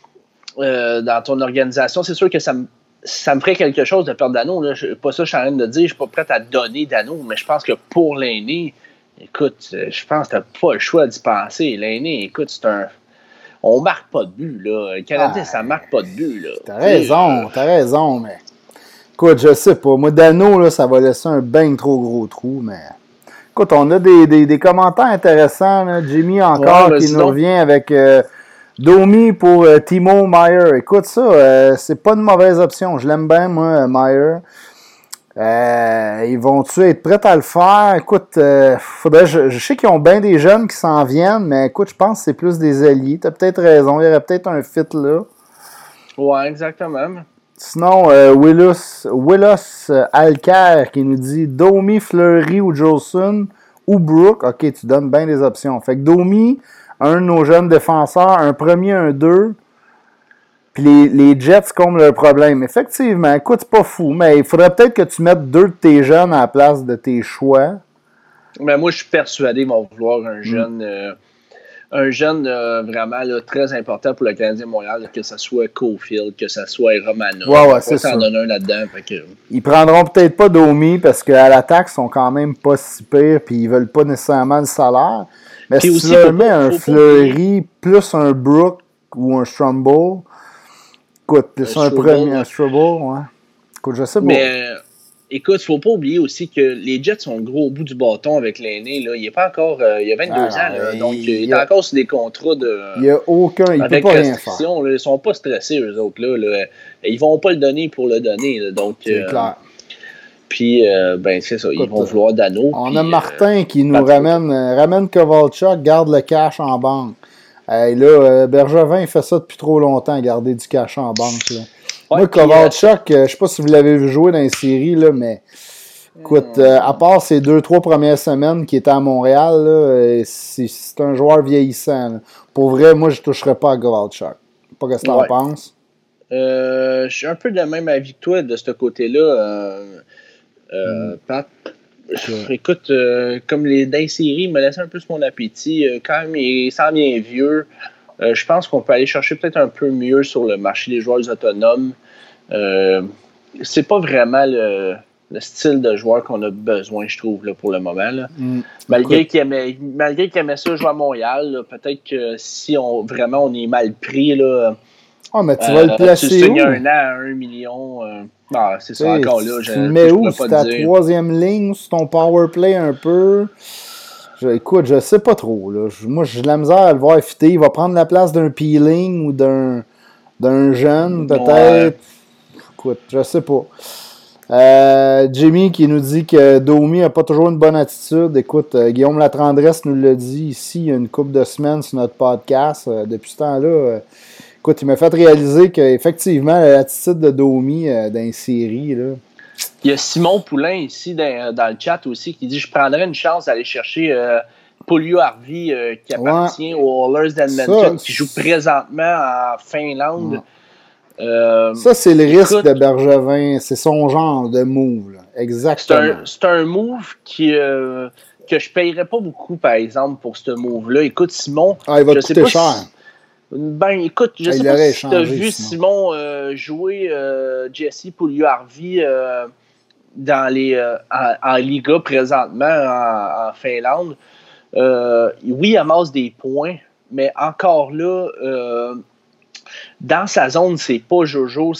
dans ton organisation, c'est sûr que ça me ferait quelque chose de perdre Dano. Là. Pas ça, je suis en train de dire. Je suis pas prêt à donner Dano, mais je pense que pour l'aîné, écoute, je pense que tu n'as pas le choix d'y penser. L'aîné, écoute, c'est un. On marque pas de but, là. Le Canadien, ça marque pas de but, là. T'as raison, mais. Écoute, je sais pas. Moi, Dano, là, ça va laisser un ben trop gros trou, mais. Écoute, on a des commentaires intéressants, là. Jimmy encore qui nous revient avec Domi pour Timo Meier. Écoute, ça, c'est pas une mauvaise option. Je l'aime bien, moi, Meier. Ils vont-tu être prêts à le faire? Écoute, je sais qu'ils ont bien des jeunes qui s'en viennent, mais écoute, je pense que c'est plus des alliés. T'as peut-être raison, il y aurait peut-être un fit là. Ouais, exactement. Sinon, Willis Alker qui nous dit Domi, Fleury ou Jolson ou Brook. Ok, tu donnes bien des options. Fait que Domi, un de nos jeunes défenseurs, un premier, un deux. Puis les Jets comblent leur problème. Effectivement, écoute, c'est pas fou, mais il faudrait peut-être que tu mettes deux de tes jeunes à la place de tes choix. Mais moi, je suis persuadé qu'ils vont vouloir un jeune vraiment là, très important pour le Canadien de Montréal, que ce soit Caulfield, que ce soit Romano. Ouais, c'est ça. T'en donner un là-dedans. Ils prendront peut-être pas Domi parce qu'à l'attaque, ils sont quand même pas si pires puis ils veulent pas nécessairement le salaire. Mais puis si tu leur mets un Fleury plus un Brook ou un Strumble, écoute, plus un premier, un Strumble, ouais. Écoute, je sais pas. Mais écoute, faut pas oublier aussi que les Jets sont gros au bout du bâton avec l'aîné. Là. Il est pas encore. Il a 22 ans, là, donc il est encore sur des contrats de. Il n'y a aucun. Il peut pas rien faire. Là, ils sont pas stressés, eux autres. Là. Ils vont pas le donner pour le donner. Là, donc, c'est clair. Puis, c'est ça. Écoute, ils vont vouloir Dano. On a Martin qui nous ramène Kovalchuk, garde le cash en banque. Hey, là, Bergevin, il fait ça depuis trop longtemps, garder du cash en banque. Là. Ouais, moi, Kovalchuk, je sais pas si vous l'avez vu jouer dans les séries, là, mais écoute, à part ces 2-3 premières semaines qui étaient à Montréal, là, c'est un joueur vieillissant. Là. Pour vrai, moi, je ne toucherais pas à Kovalchuk. Pas que tu en penses. Je suis un peu de même avis que toi de ce côté-là, Pat. Écoute, comme dans les séries, il m'a laissé un peu sur mon appétit. Quand même, il s'en vient vieux. Je pense qu'on peut aller chercher peut-être un peu mieux sur le marché des joueurs autonomes. C'est pas vraiment le style de joueur qu'on a besoin, je trouve, là, pour le moment. Là. Malgré qu'il aimait ça jouer à Montréal, peut-être que si on est mal pris, là. Ah, mais tu vas le placer tu signes un an à 1 million. C'est ça, encore là. Tu le mets où? C'est ta troisième ligne, sur ton power play un peu. Écoute, je sais pas trop. Là. Moi, j'ai de la misère à le voir fitter. Il va prendre la place d'un Peeling ou d'un jeune, peut-être. Écoute, je sais pas. Jimmy qui nous dit que Domi n'a pas toujours une bonne attitude. Écoute, Guillaume Latendresse nous l'a dit ici il y a une couple de semaines sur notre podcast. Depuis ce temps-là, écoute, il m'a fait réaliser qu'effectivement, l'attitude de Domi dans les séries, là. Il y a Simon Poulain ici dans le chat aussi qui dit « Je prendrais une chance d'aller chercher Puljujärvi Harvey qui appartient aux Oilers d'Edmonton, qui joue présentement en Finlande. Ça, c'est le risque de Bergevin. C'est son genre de move. Là. Exactement. C'est un move que je ne payerais pas beaucoup, par exemple, pour ce move-là. Écoute, Simon... il va te coûter cher. Écoute, je sais pas si tu as vu Simon jouer Jesse Puljujärvi en Liga présentement en Finlande. Oui, il amasse des points, mais encore là, dans sa zone, c'est pas Jojo,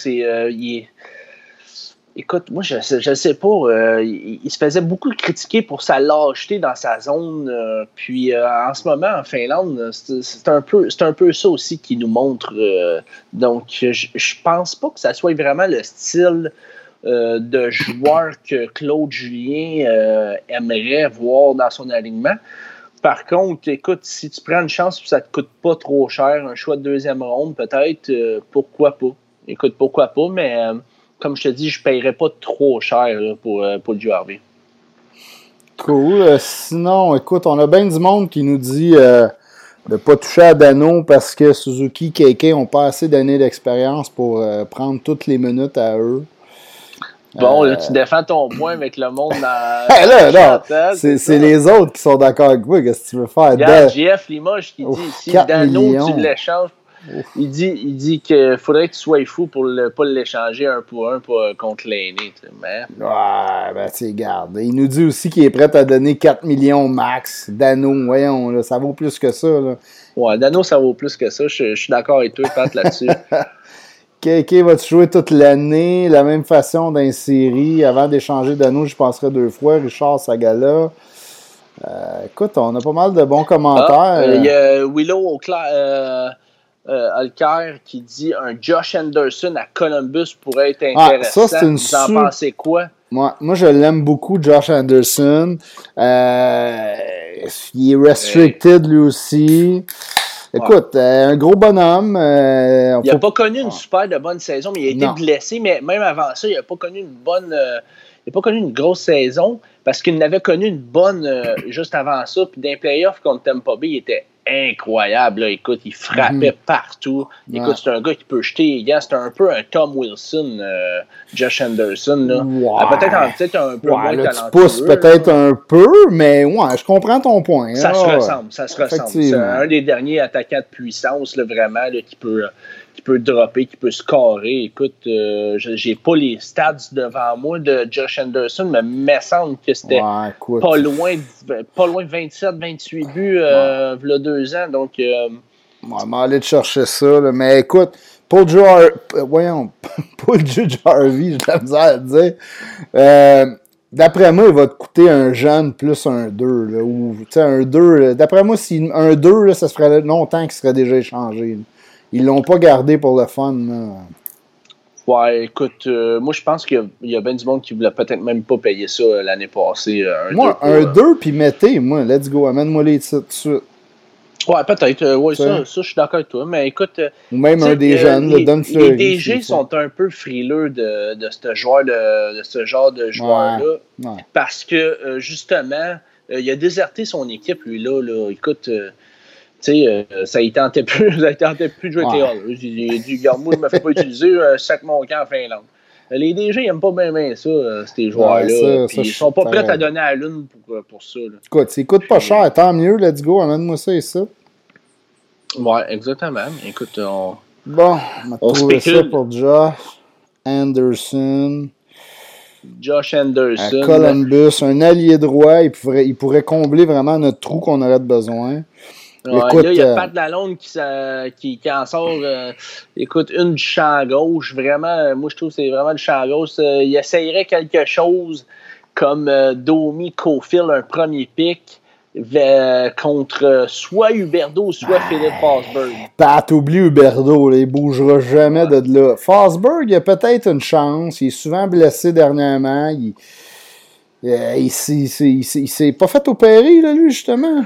Écoute, moi, je sais pas. Il se faisait beaucoup critiquer pour sa lâcheté dans sa zone. Puis, en ce moment, en Finlande, c'est un peu ça aussi qui nous montre. Donc, je pense pas que ça soit vraiment le style de joueur que Claude Julien aimerait voir dans son alignement. Par contre, écoute, si tu prends une chance et ça te coûte pas trop cher, un choix de deuxième ronde, peut-être, pourquoi pas? Écoute, pourquoi pas, mais... comme je te dis, je ne paierais pas trop cher là, pour le Harvey. Cool. Sinon, écoute, on a bien du monde qui nous dit de ne pas toucher à Dano parce que Suzuki et KK n'ont pas assez d'années d'expérience pour prendre toutes les minutes à eux. Bon, là, tu défends ton point avec le monde dans là, non, chat, c'est les autres qui sont d'accord avec moi. Qu'est-ce que tu veux faire? Regarde, JF Limoges qui dit ici, 4 Dano, millions. tu l'échanges. Il dit qu'il faudrait que tu sois fou pour ne pas l'échanger 1 pour 1 contre l'aîné. Mais... Ouais, ben tu garde. Il nous dit aussi qu'il est prêt à donner 4 millions max. Dano, voyons, là, ça vaut plus que ça. Là. Ouais, Dano, ça vaut plus que ça. Je suis d'accord avec toi, Pat, là-dessus. KK va-tu jouer toute l'année, la même façon dans les séries? Avant d'échanger Dano, je penserais 2 fois. Richard Sagala. Écoute, on a pas mal de bons commentaires. Il y a Willow Alcaire qui dit un Josh Anderson à Columbus pourrait être intéressant. Ça, c'est une Vous en pensez quoi? Moi, je l'aime beaucoup, Josh Anderson. Il est restricted lui aussi. Écoute, un gros bonhomme. Il n'a pas connu une super de bonne saison, mais il a été blessé. Mais même avant ça, il n'a pas connu une bonne. Il n'a pas connu une grosse saison parce qu'il n'avait connu une bonne juste avant ça. Puis dans les playoffs contre Tampa Bay, il était incroyable. Là. Écoute, il frappait partout. Écoute, c'est un gars qui peut jeter. C'est un peu un Tom Wilson, Josh Anderson. Là. Peut-être un peu moins là, talentueux. Tu pousses peut-être un peu, mais ouais, je comprends ton point. Ça se ressemble. C'est un des derniers attaquants de puissance, là, vraiment, là, qui peut dropper, qui peut scorer. Écoute, j'ai pas les stats devant moi de Josh Anderson, mais il me semble que c'était pas loin de 27-28 buts il y a 2 ans. Donc, on va aller te chercher ça. Là. Mais écoute, Paul Harvey, j'ai de la misère à dire. D'après moi, il va te coûter un jeune plus un 2. Là, ou, un 2 d'après moi, si un 2, là, ça se ferait longtemps qu'il serait déjà échangé. Là. Ils l'ont pas gardé pour le fun. Là. Ouais, écoute, moi je pense qu'il y a bien du monde qui voulait peut-être même pas payer ça l'année passée. Un 2 puis mettez, moi, let's go, amène-moi les titres tout de suite. Ouais, peut-être. Ça, je suis d'accord avec toi. Mais écoute. Ou même un des jeunes, Don Fleury. Les DG sont un peu frileux de ce genre de joueur-là. Ouais. Parce que, justement, il a déserté son équipe, lui-là. Écoute. Ça ne tentait plus de jouer avec les Oilers. Il a dit, regarde-moi, je ne me fais pas utiliser, sac mon camp en Finlande. Les DG n'aiment pas bien ça, ces joueurs-là. Ils ne sont pas prêts à donner à la lune pour ça. Là. Écoute, ça coûte pas cher, tant mieux, let's go, amène-moi ça et ça. Ouais, exactement. Écoute, on va trouver ça pour Josh Anderson. À Columbus, un allié droit, il pourrait combler vraiment notre trou qu'on aurait besoin. Ouais, écoute, là, il y a Pat Lalonde qui en sort une du champ gauche. Vraiment, moi, je trouve que c'est vraiment le champ gauche. Il essayerait quelque chose comme Domi Cofield, un premier pick contre soit Huberdeau, soit Philippe Forsberg. Pat, oublie Huberdeau, là, il bougera jamais de là. Forsberg, il a peut-être une chance. Il est souvent blessé dernièrement. Il s'est pas fait opérer, là, lui, justement.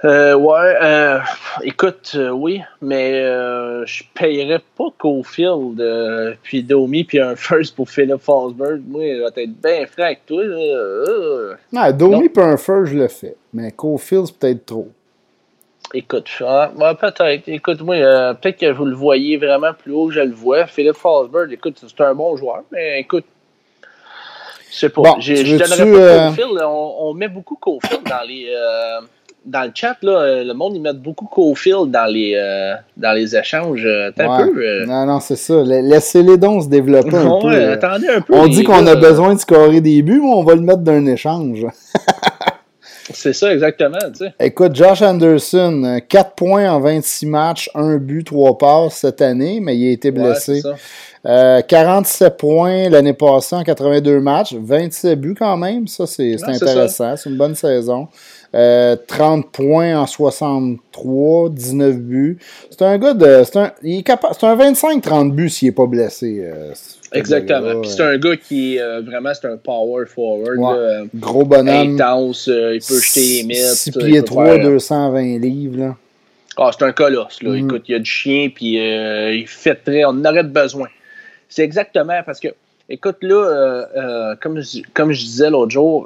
Écoute, oui, mais je payerais pas Cofield, puis Domi, puis un first pour Philippe Forsberg. Moi, il va être bien frais avec toi. Non, Domi puis un first, je le fais. Mais Cofield, c'est peut-être trop. Écoute, peut-être. Écoute, moi, peut-être que vous le voyez vraiment plus haut que je le vois. Philippe Forsberg, écoute, c'est un bon joueur, mais écoute, je sais pas. Je donnerais pas Cofield. On met beaucoup Cofield dans le chat, là, le monde, ils mettent beaucoup Cofield dans les échanges. Non, c'est ça. Laissez-les donc se développer un peu. Attendez un peu. On dit qu'on a besoin de scorer des buts, mais on va le mettre d'un échange. C'est ça, exactement. Tu sais. Écoute, Josh Anderson, 4 points en 26 matchs, 1 but, 3 passes cette année, mais il a été blessé. 47 points l'année passée en 82 matchs, 27 buts quand même. Ça, c'est intéressant. C'est une bonne saison. 30 points en 63, 19 buts. C'est un gars de. C'est un 25-30 buts s'il n'est pas blessé. Exactement. Puis c'est un gars qui vraiment, c'est un power forward. Ouais. Gros bonhomme. Intense, il peut jeter les mètres. 6 pieds 3, 220 livres. Là. C'est un colosse. Là. Écoute, il y a du chien, puis il fait très. On en aurait besoin. C'est exactement parce que, écoute, là, comme je disais l'autre jour,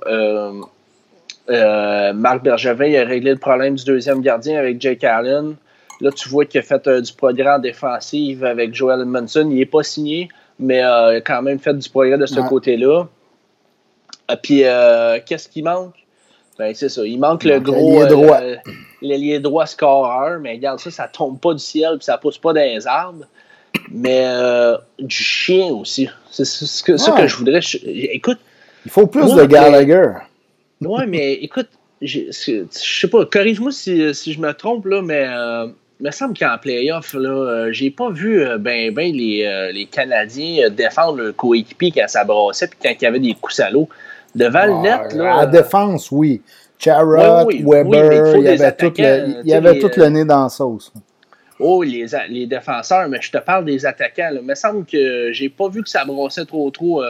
Marc Bergevin il a réglé le problème du deuxième gardien avec Jake Allen. Là, tu vois qu'il a fait du progrès en défensive avec Joel Edmondson. Il n'est pas signé. mais il a quand même fait du progrès de ce côté-là. Puis, qu'est-ce qui manque? Ben, c'est ça. Il manque le gros l'ailier droit scoreur, mais regarde, ça tombe pas du ciel puis ça pousse pas dans les arbres. Mais du chien aussi. C'est ça que je voudrais. Écoute. Il faut plus de Gallagher. Ouais, mais écoute, je sais pas, corrige-moi si je me trompe, là, mais il me semble qu'en playoff, là, j'ai pas vu les Canadiens défendre le coéquipier quand ça brassait puis quand il y avait des coups salauds. Devant le net, là. À défense, oui. Charrot, Weber, il y avait tout le nez dans la sauce. Oh, les défenseurs, mais je te parle des attaquants. Là. Il me semble que j'ai pas vu que ça brassait trop.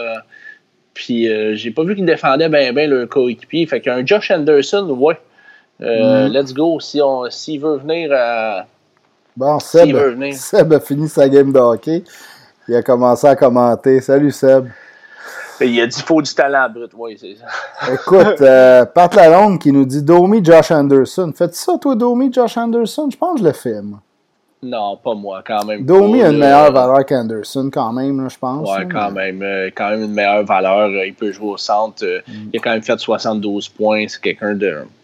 Puis j'ai pas vu qu'ils défendaient bien leur coéquipier. Fait qu'un Josh Anderson, ouais. Let's go. S'il veut venir. Bon, Seb a fini sa game de hockey. Il a commencé à commenter. Salut Seb. Il a dit faut du talent brut, oui, c'est ça. Écoute, Pat Lalonde qui nous dit Domi, Josh Anderson. Fais-tu ça, toi, Domi, Josh Anderson? Je pense que je le fais, moi. Non, pas moi, quand même. Domi a une meilleure valeur qu'Anderson, quand même, là, je pense. Ouais, quand même une meilleure valeur. Il peut jouer au centre. Il a quand même fait 72 points. C'est quelqu'un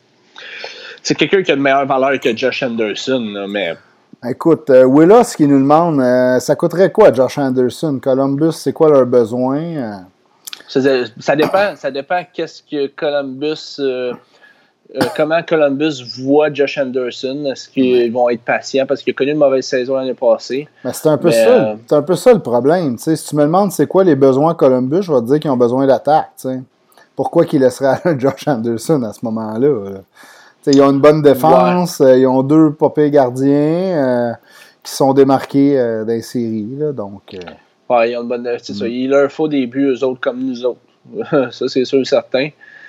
qui a une meilleure valeur que Josh Anderson, là, mais. Écoute, Willis qui nous demande ça coûterait quoi, Josh Anderson? Columbus, c'est quoi leurs besoins? Ça dépend qu'est-ce que Columbus. Comment Columbus voit Josh Anderson. Est-ce qu'ils vont être patients parce qu'il a connu une mauvaise saison l'année passée? Mais c'est un peu ça le problème. T'sais, si tu me demandes c'est quoi les besoins à Columbus, je vais te dire qu'ils ont besoin d'attaque. T'sais. Pourquoi qu'ils laisseraient aller Josh Anderson à ce moment-là? Ils ont une bonne défense, ils ont 2 popés gardiens qui sont démarqués dans les séries. Là, donc, ouais, ils ont une bonne défense. C'est ça. Il leur faut des buts, eux autres, comme nous autres. Ça, c'est sûr et certain.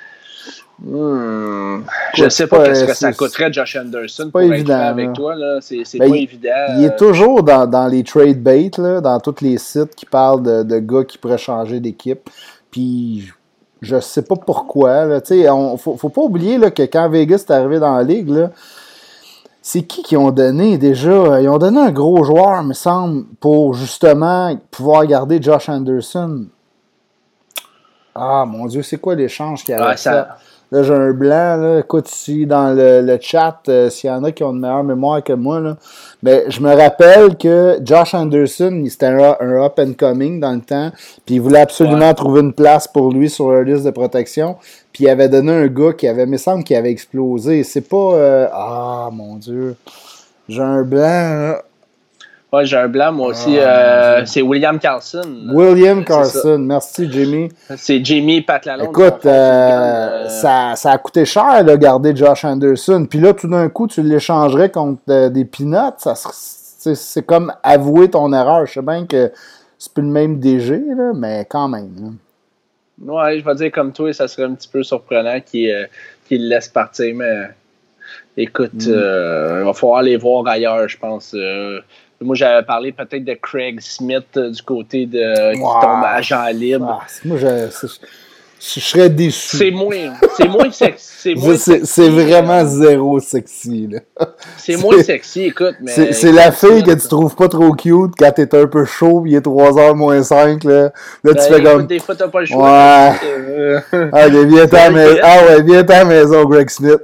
Je sais pas qu'est-ce que ça coûterait Josh Anderson pour être franc avec toi. Là. C'est pas évident. Il est toujours dans les trade bait, là, dans tous les sites qui parlent de gars qui pourraient changer d'équipe. Puis je sais pas pourquoi. Là. Faut pas oublier là, que quand Vegas est arrivé dans la ligue, là, c'est qui ont donné déjà? Ils ont donné un gros joueur, me semble, pour justement pouvoir garder Josh Anderson. Ah, mon Dieu, c'est quoi l'échange qu'il y avait ça? Là, j'ai un blanc. Là. Écoute, ici, dans le chat, s'il y en a qui ont une meilleure mémoire que moi, là, ben, je me rappelle que Josh Anderson, c'était un up-and-coming dans le temps, puis il voulait absolument trouver une place pour lui sur leur liste de protection, puis il avait donné un gars qui avait, il me semble, qui avait explosé. C'est pas... ah, mon Dieu. J'ai un blanc, là. Ouais, j'ai un blanc, moi aussi. C'est William Karlsson. William Karlsson. Merci, Jimmy. C'est Jimmy Pat Lalonde. Écoute, ça a coûté cher de garder Josh Anderson. Puis là, tout d'un coup, tu l'échangerais contre des peanuts. C'est comme avouer ton erreur. Je sais bien que c'est plus le même DG, là, mais quand même. Là. Ouais, je vais dire comme toi, ça serait un petit peu surprenant qu'il le laisse partir. Mais écoute, il va falloir aller voir ailleurs, je pense. Moi, j'avais parlé peut-être de Craig Smith du côté de qui tombe agent libre. Moi, je serais déçu. C'est moins sexy. C'est vraiment zéro sexy. Là. C'est moins sexy, écoute. Mais c'est la fille que tu trouves pas trop cute quand t'es un peu chaud, il est 3h moins 5. Là tu fais comme. Des fois, t'as pas le choix. Ouais. Allez, viens à la maison, Greg Smith.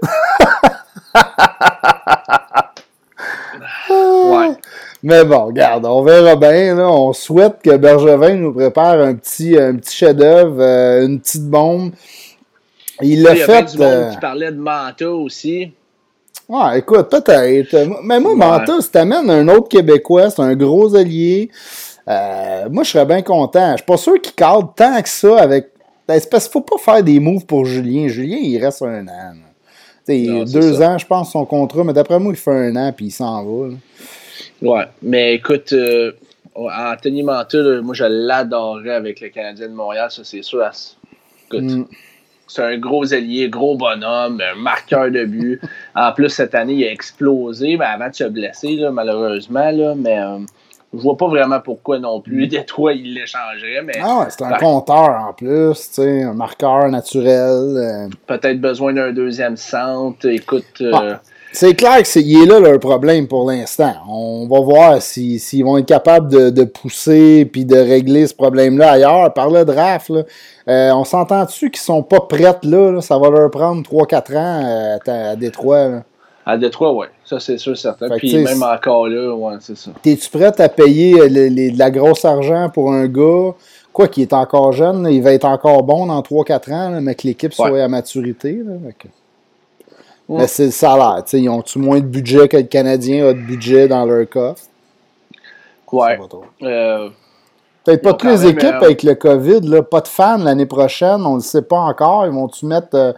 Ouais. Mais bon, regarde, on verra bien. Là. On souhaite que Bergevin nous prépare un petit chef-d'œuvre, une petite bombe. Il l'a fait. Il y a du monde qui parlait de Manta aussi. Ouais, écoute, peut-être. Mais moi, Manta, si t'amènes un autre Québécois, c'est un gros allié. Moi, je serais bien content. Je suis pas sûr qu'il cadre tant que ça avec. C'est parce qu'il faut pas faire des moves pour Julien. Julien, il reste 1 an. Non, 2 ans, je pense, son contrat, mais d'après moi, il fait 1 an puis il s'en va. Là. Ouais, mais écoute, Anthony Manta, moi, je l'adorais avec le Canadien de Montréal, ça, c'est sûr. Écoute, c'est un gros allié, gros bonhomme, un marqueur de but. En plus, cette année, il a explosé, mais avant de se blesser, là, malheureusement, là, mais je vois pas vraiment pourquoi non plus. Détroit, il l'échangerait, mais... Ah ouais, c'est un compteur en plus, tu sais, un marqueur naturel. Peut-être besoin d'un deuxième centre. Écoute... C'est clair qu'il est là leur problème pour l'instant. On va voir s'ils vont être capables de pousser puis de régler ce problème-là ailleurs. Par le draft, là, on s'entend-tu qu'ils sont pas prêts là? Ça va leur prendre 3-4 ans à Détroit. Là. À Détroit, oui. Ça, c'est sûr, certain. Puis même encore là, ouais, c'est ça. T'es-tu prêt à payer de la grosse argent pour un gars, quoi qu'il est encore jeune, là, il va être encore bon dans 3-4 ans, là, mais que l'équipe soit à maturité? Là, mais c'est le salaire. Ils ont-tu moins de budget que le Canadien a de budget dans leur coffre? Ouais. Peut-être pas toutes les équipes avec le COVID, là, pas de fans l'année prochaine, on ne le sait pas encore. Ils vont-tu mettre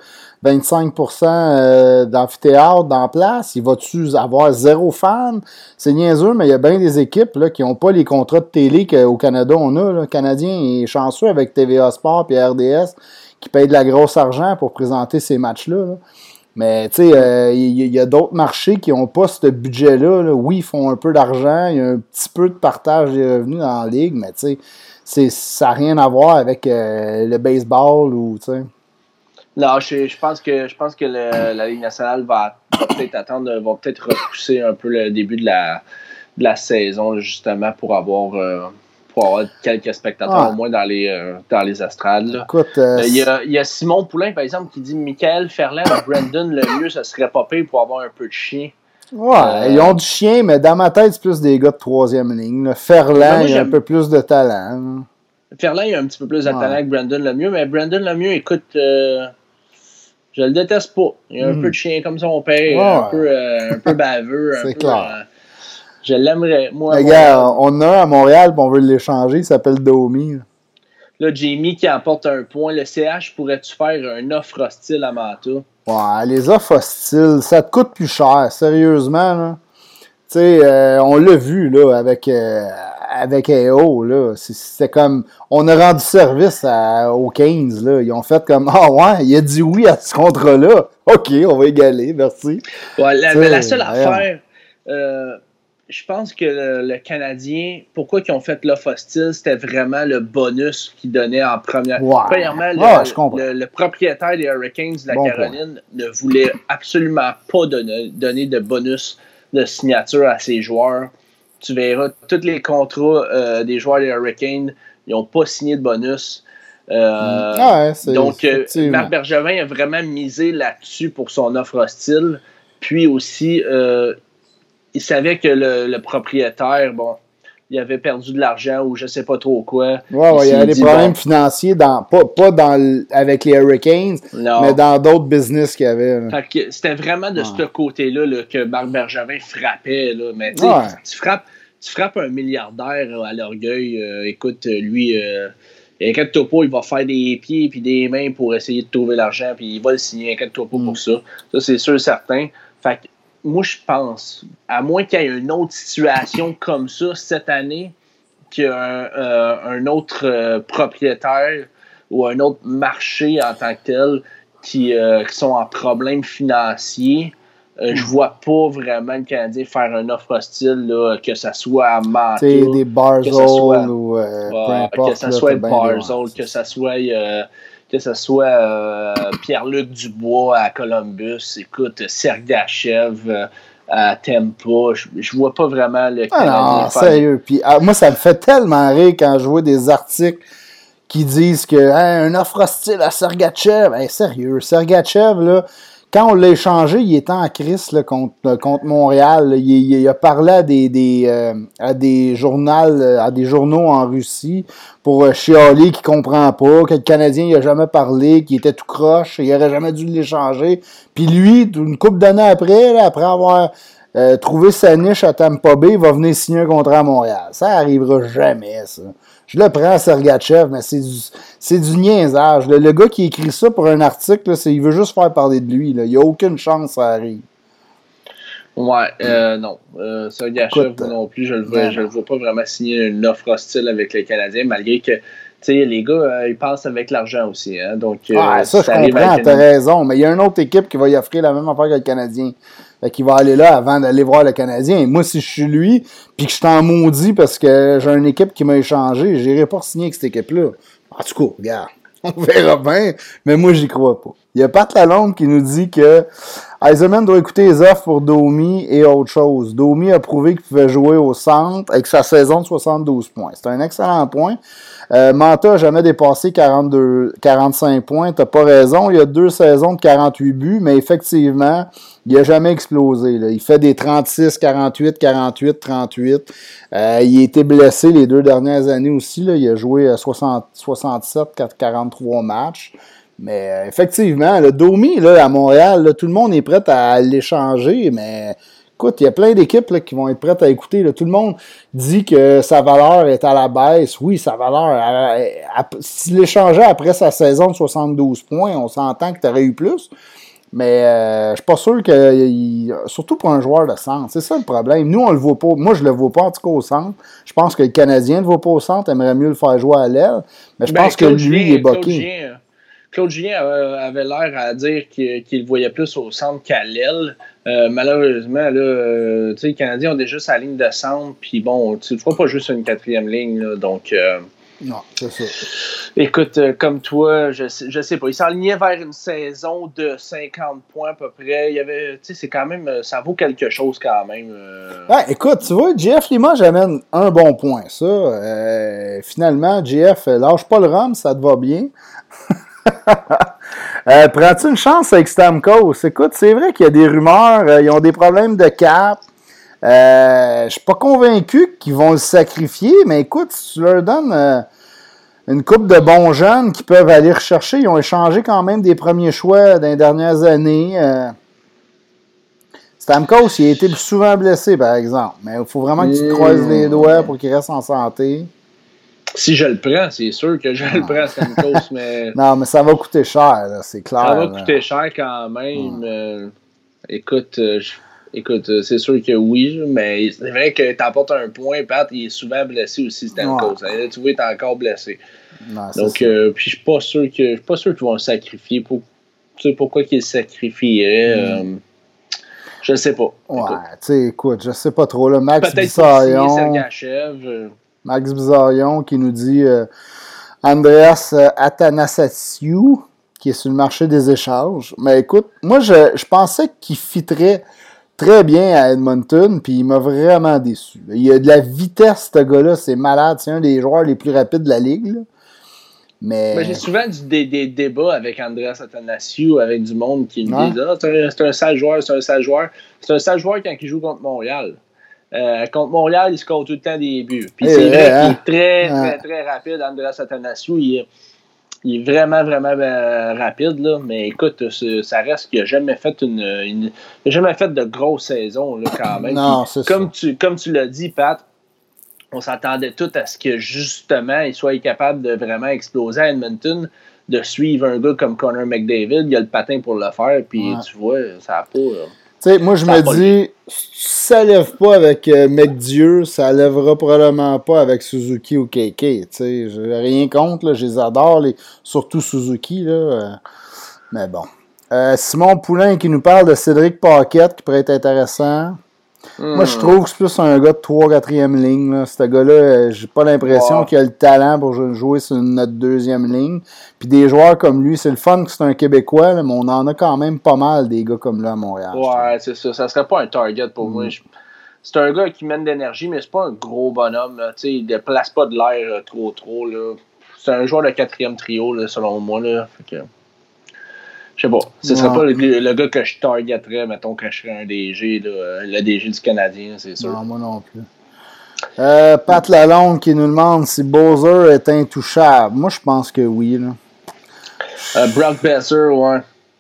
25% d'amphithéâtre dans la place? Il va-tu avoir 0 fans? C'est niaiseux, mais il y a bien des équipes là, qui n'ont pas les contrats de télé qu'au Canada on a. Là. Le Canadien est chanceux avec TVA Sport et RDS qui payent de la grosse argent pour présenter ces matchs-là. Là. Mais, tu sais, il y a d'autres marchés qui n'ont pas ce budget-là. Là. Oui, ils font un peu d'argent. Il y a un petit peu de partage des revenus dans la ligue, mais, tu sais, ça n'a rien à voir avec le baseball ou, tu sais. Non, je pense que la Ligue nationale va peut-être attendre, va peut-être repousser un peu le début de la saison, justement, pour avoir quelques spectateurs au moins dans les estrades. Là. Écoute, il y a Simon Poulain, par exemple, qui dit Michael Ferland ou Brandon le mieux, ça serait pas pire pour avoir un peu de chien. Ouais, ils ont du chien, mais dans ma tête, c'est plus des gars de troisième ligne. Là. Ferland, il a un peu plus de talent. Ferland, il a un petit peu plus de talent que Brandon Lemieux, mais Brandon Lemieux, écoute, je le déteste pas. Il a un peu de chien comme son père, un peu baveux. C'est clair. Je l'aimerais. Moi, regarde, on en a un à Montréal, puis on veut l'échanger, il s'appelle Domi. Là, Jamie qui emporte un point. Le CH, pourrais-tu faire une offre hostile à Manta? Ouais, les offres hostiles, ça te coûte plus cher, sérieusement. Là. Tu sais, on l'a vu là, avec AO. Là. C'était comme. On a rendu service aux 15. Là. Ils ont fait comme ah ouais, il a dit oui à ce contrat-là. OK, on va égaler, merci. Ouais, la seule affaire. Je pense que le Canadien, pourquoi ils ont fait l'offre hostile, c'était vraiment le bonus qu'ils donnaient en première. Ouais. Premièrement, le propriétaire des Hurricanes de la Caroline ne voulait absolument pas donner de bonus de signature à ses joueurs. Tu verras, tous les contrats des joueurs des Hurricanes, ils n'ont pas signé de bonus. Donc, Marc Bergevin a vraiment misé là-dessus pour son offre hostile. Puis aussi, il savait que le propriétaire, bon, il avait perdu de l'argent ou je sais pas trop quoi. Ouais, il y a des problèmes financiers, pas avec les Hurricanes, mais dans d'autres business qu'il y avait. Fait que c'était vraiment de ce côté-là là, que Marc Bergevin frappait. Là. Mais tu frappes un milliardaire à l'orgueil. Écoute, lui, inquiète-toi pas, il va faire des pieds et des mains pour essayer de trouver l'argent, puis il va le signer. Inquiète-toi pas pour ça. Ça, c'est sûr certain. Fait que moi, je pense, à moins qu'il y ait une autre situation comme ça cette année, qu'il y a un autre propriétaire ou un autre marché en tant que tel qui sont en problème financier, je vois pas vraiment le Canadien faire une offre hostile, là, que ça soit à Manta, des Barzal ou peu importe. Que ça soit Barzal, que ça soit Pierre-Luc Dubois à Columbus, écoute, Sergachev à Tampa, je vois pas vraiment le Canadien faire. Sérieux. Puis, moi, ça me fait tellement rire quand je vois des articles qui disent que un offre hostile à Sergachev. Sérieux, Sergachev, là, quand on l'a échangé, il était en crise là, contre Montréal. Il a parlé à des journaux en Russie pour chialer qu'il comprend pas, que le Canadien il a jamais parlé, qu'il était tout croche, il aurait jamais dû l'échanger. Puis lui, une couple d'années après, là, après avoir trouvé sa niche à Tampa Bay, il va venir signer un contrat à Montréal. Ça arrivera jamais, ça. Je le prends à Sergachev, mais c'est du niaisage. Le gars qui écrit ça pour un article, là, il veut juste faire parler de lui. Là. Il n'y a aucune chance que ça arrive. Ouais, non. Sergachev non plus, je le vois pas vraiment signer une offre hostile avec les Canadiens, malgré que les gars, ils passent avec l'argent aussi. Hein, donc, ça, je comprends, t'as raison. Mais il y a une autre équipe qui va y offrir la même affaire que le Canadien. Fait qu'il va aller là avant d'aller voir le Canadien. Et moi, si je suis lui, puis que je t'en maudis parce que j'ai une équipe qui m'a échangé, j'irai pas signer avec cette équipe-là. En tout cas, regarde, on verra bien, mais moi, j'y crois pas. Il y a Pat Lalonde qui nous dit que Eisenman doit écouter les offres pour Domi et autre chose. Domi a prouvé qu'il pouvait jouer au centre avec sa saison de 72 points. C'est un excellent point. Manta n'a jamais dépassé 45 points. T'as pas raison. Il y a 2 saisons de 48 buts, mais effectivement, il n'a jamais explosé. Là. Il fait des 36, 48, 48, 38. Il a été blessé les 2 dernières années aussi. Là. Il a joué 67, 43 matchs. Mais effectivement, le Domi là, à Montréal, là, tout le monde est prêt à l'échanger, mais écoute, il y a plein d'équipes là, qui vont être prêtes à écouter. Là. Tout le monde dit que sa valeur est à la baisse. Oui, sa valeur, s'il l'échangeait après sa saison de 72 points, on s'entend que tu aurais eu plus. Mais je suis pas sûr que, surtout pour un joueur de centre, c'est ça le problème. Nous, on le voit pas. Moi, je le vois pas en tout cas au centre. Je pense que le Canadien ne le voit pas au centre, aimerait mieux le faire jouer à l'aile. Mais je pense que lui, il est bloqué. Claude Julien avait l'air à dire qu'il le voyait plus au centre qu'à l'aile. Malheureusement, là, les Canadiens ont déjà sa ligne de centre, puis bon, tu ne feras pas juste une 4e ligne, là, donc... non, c'est ça. Écoute, comme toi, je sais pas. Il s'enlignait vers une saison de 50 points à peu près. Il y avait, c'est quand même, ça vaut quelque chose quand même. Ouais, écoute, tu vois, JF Limoges amène un bon point, ça. Finalement, JF, lâche pas le rhum, ça te va bien. Prends-tu une chance avec Stamkos? Écoute, c'est vrai qu'il y a des rumeurs, ils ont des problèmes de cap. Je suis pas convaincu qu'ils vont le sacrifier, mais écoute, si tu leur donnes une couple de bons jeunes qui peuvent aller rechercher, ils ont échangé quand même des premiers choix dans les dernières années. Stamkos, il a été souvent blessé, par exemple, mais il faut vraiment que tu te croises les doigts pour qu'il reste en santé. Si je le prends, c'est sûr que je le prends, Stamkos, mais... Non, mais ça va coûter cher, là, c'est clair. Ça va coûter cher quand même. Écoute, c'est sûr que oui, mais c'est vrai que t'emportes un point, Pat, il est souvent blessé aussi, Stamkos. Ouais. Tu vois, il est encore blessé. Non, donc, puis je suis pas sûr qu'ils vont le sacrifier. Tu sais pourquoi qu'ils le sacrifieraient? Je sais pas. Ouais, tu sais, écoute, je sais pas trop. Là, Max Peut-être Bissarion, Sergachev. Max Bissarion qui nous dit Andreas Athanasiou qui est sur le marché des échanges. Mais écoute, moi, je pensais qu'il fitterait très bien à Edmonton, puis il m'a vraiment déçu. Il a de la vitesse, ce gars-là, c'est malade. C'est un des joueurs les plus rapides de la ligue, là. Mais j'ai souvent des débats avec Andreas Athanasiou, avec du monde qui me dit c'est un sale joueur. C'est un sale joueur quand il joue contre Montréal. Contre Montréal, il score tout le temps des buts. Puis c'est vrai qu'il est très, très rapide, Andreas Athanasiou. Il est vraiment, vraiment rapide, là. Mais écoute, ça reste qu'il n'a jamais fait jamais fait de grosse saison, là, quand même. Non, c'est comme tu l'as dit, Pat, on s'attendait tous à ce que, justement, il soit capable de vraiment exploser à Edmonton, de suivre un gars comme Connor McDavid. Il a le patin pour le faire, puis tu vois, ça n'a pas... Tu sais, moi, je me dis, si ça lève pas avec McDieu, ça lèvera probablement pas avec Suzuki ou KK. Tu sais, j'ai rien contre, là, je les adore, surtout Suzuki, là. Mais bon. Simon Poulain qui nous parle de Cédric Paquette, qui pourrait être intéressant. Moi, je trouve que c'est plus un gars de 3-4e ligne. Là. Ce gars-là, j'ai pas l'impression qu'il a le talent pour jouer sur notre 2e ligne. Puis des joueurs comme lui, c'est le fun que c'est un Québécois, là, mais on en a quand même pas mal des gars comme là à Montréal. Ouais, c'est ça. Ça serait pas un target pour moi. C'est un gars qui mène d'énergie, mais c'est pas un gros bonhomme. Là. Il déplace pas de l'air trop. Là. C'est un joueur de 4e trio, là, selon moi. Là. Fait que... Je sais pas. Ce serait pas le gars que je targeterais, mettons, que je serais un DG, là, le DG du Canadien, c'est sûr. Non, moi non plus. Pat Lalonde qui nous demande si Bowser est intouchable. Moi, je pense que oui. Là. Brock Besser, ouais.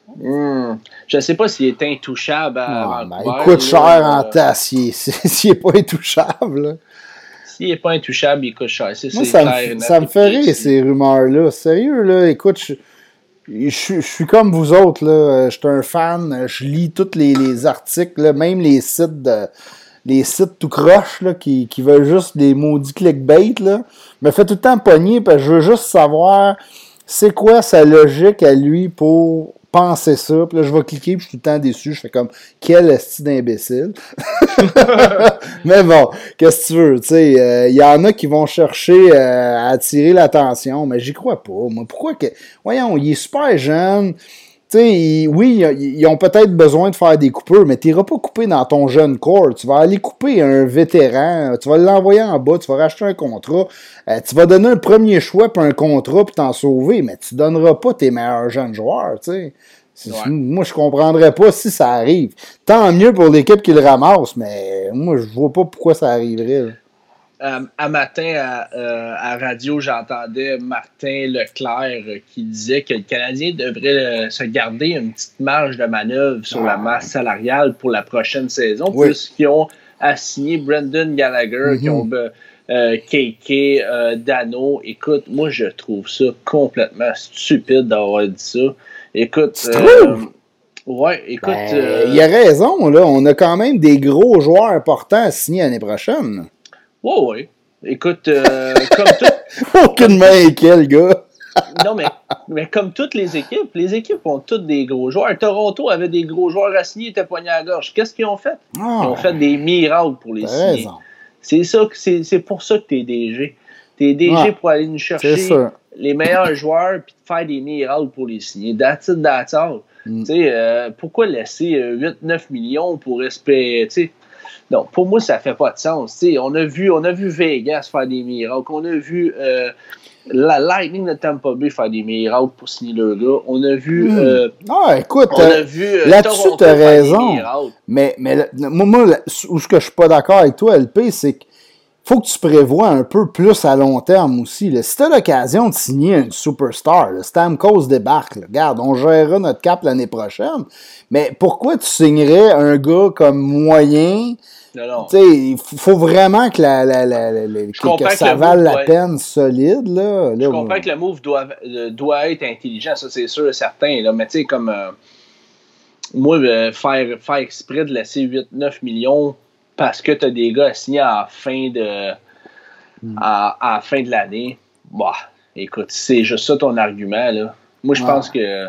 Je sais pas s'il est intouchable à Vancouver. Il coûte cher en tasse s'il est pas intouchable. Là. S'il n'est pas intouchable, il coûte cher. Moi, ça me fait rire, ces rumeurs-là. Sérieux, là, écoute, je suis comme vous autres, là. Je suis un fan, je lis tous les articles, là, même les sites tout croche là, qui veulent juste des maudits clickbait. Là. Me fait tout le temps pogner parce que je veux juste savoir c'est quoi sa logique à lui pour penser ça. Puis là, je vais cliquer puis je suis tout le temps déçu. Je fais comme quel esti d'imbécile. Mais bon, qu'est-ce que tu veux? Tu sais, y en a qui vont chercher à attirer l'attention, mais j'y crois pas. Moi, pourquoi que. Voyons, il est super jeune. oui, ils ont peut-être besoin de faire des coupures, mais tu n'iras pas couper dans ton jeune corps. Tu vas aller couper un vétéran, tu vas l'envoyer en bas, tu vas racheter un contrat, tu vas donner un premier choix puis un contrat puis t'en sauver, mais tu ne donneras pas tes meilleurs jeunes joueurs, tu sais. Ouais. Moi, je comprendrais pas si ça arrive. Tant mieux pour l'équipe qui le ramasse, mais moi, je vois pas pourquoi ça arriverait. À matin, à radio, j'entendais Martin Leclerc qui disait que le Canadien devrait se garder une petite marge de manœuvre sur la masse salariale pour la prochaine saison, puisqu'ils ont assigné Brendan Gallagher, qui ont KK, Dano. Écoute, moi, je trouve ça complètement stupide d'avoir dit ça. Écoute, ouais, écoute. Il a raison, là. On a quand même des gros joueurs importants à signer l'année prochaine. Ouais. Écoute, comme tout. Aucune main quel gars. Non, mais comme toutes les équipes ont toutes des gros joueurs. Toronto avait des gros joueurs à signer, ils étaient poignés à la gorge. Qu'est-ce qu'ils ont fait? Ils ont fait des miracles pour les signer. Raison. C'est pour ça que t'es DG. T'es DG pour aller nous chercher les meilleurs joueurs puis faire des miracles pour les signer. That's all. Pourquoi laisser 8-9 millions pour espérer, non, pour moi, ça fait pas de sens. On a vu Vegas faire des miracles. On a vu la Lightning de Tampa Bay faire des miracles pour signer leur gars. On a vu... écoute, là-dessus, tu as raison. Mais moi, où je suis pas d'accord avec toi, LP, c'est que faut que tu prévois un peu plus à long terme aussi. Là. Si tu as l'occasion de signer un superstar, Stamkos débarque. Là. Regarde, on gérera notre cap l'année prochaine. Mais pourquoi tu signerais un gars comme moyen? Non. Il faut vraiment que, que ça vale la peine solide. Là, je comprends que le move doit être intelligent, ça c'est sûr et certain. Là. Mais tu sais, comme moi, faire exprès de laisser 8-9 millions parce que tu as des gars à signer à la fin de l'année, bah, écoute, c'est juste ça ton argument. Là. Moi, je pense que...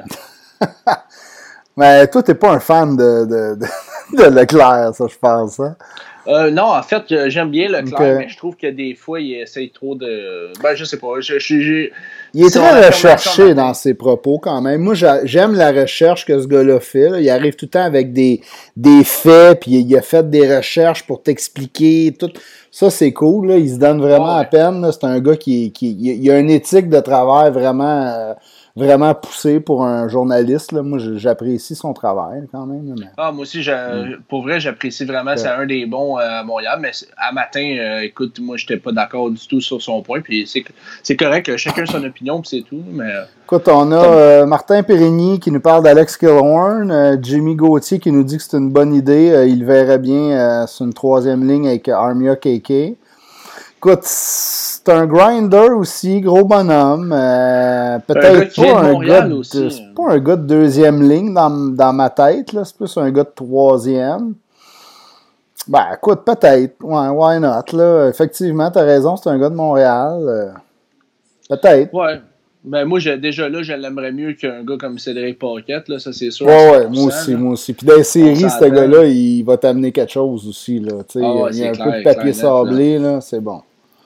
Mais toi, t'es pas un fan de Leclerc, ça, je pense. Hein? Non, en fait, j'aime bien Leclerc, mais je trouve que des fois, il essaye trop de... Ben, je sais pas. Il est très recherché dans ses propos, quand même. Moi, j'aime la recherche que ce gars-là fait. Là. Il arrive tout le temps avec des faits, puis il a fait des recherches pour t'expliquer tout. Ça, c'est cool. Là. Il se donne vraiment à peine. Là. C'est un gars il a une éthique de travail vraiment poussé pour un journaliste. Là. Moi, j'apprécie son travail quand même. Mais... moi aussi, pour vrai, j'apprécie vraiment. C'est un des bons à Montréal. Mais à matin, écoute, moi, j'étais pas d'accord du tout sur son point. Puis c'est correct, chacun son opinion, puis c'est tout. Mais, écoute, on a Martin Périgny qui nous parle d'Alex Killorn. Jimmy Gauthier qui nous dit que c'est une bonne idée. Il verrait bien sur une troisième ligne avec Armia KK. Écoute, c'est un grinder aussi, gros bonhomme. Peut-être pas un gars de deuxième ligne dans ma tête. Là. C'est plus un gars de troisième. Ben, écoute, peut-être. Ouais, why not? Là. Effectivement, t'as raison, c'est un gars de Montréal. Peut-être. Ouais. Ben, moi, déjà là, je l'aimerais mieux qu'un gars comme Cédric Paquette, là, ça c'est sûr. Ouais, moi aussi. Puis dans les séries, ce gars-là, il va t'amener quelque chose aussi. Là. Il y a un peu de papier sablé, là, c'est bon.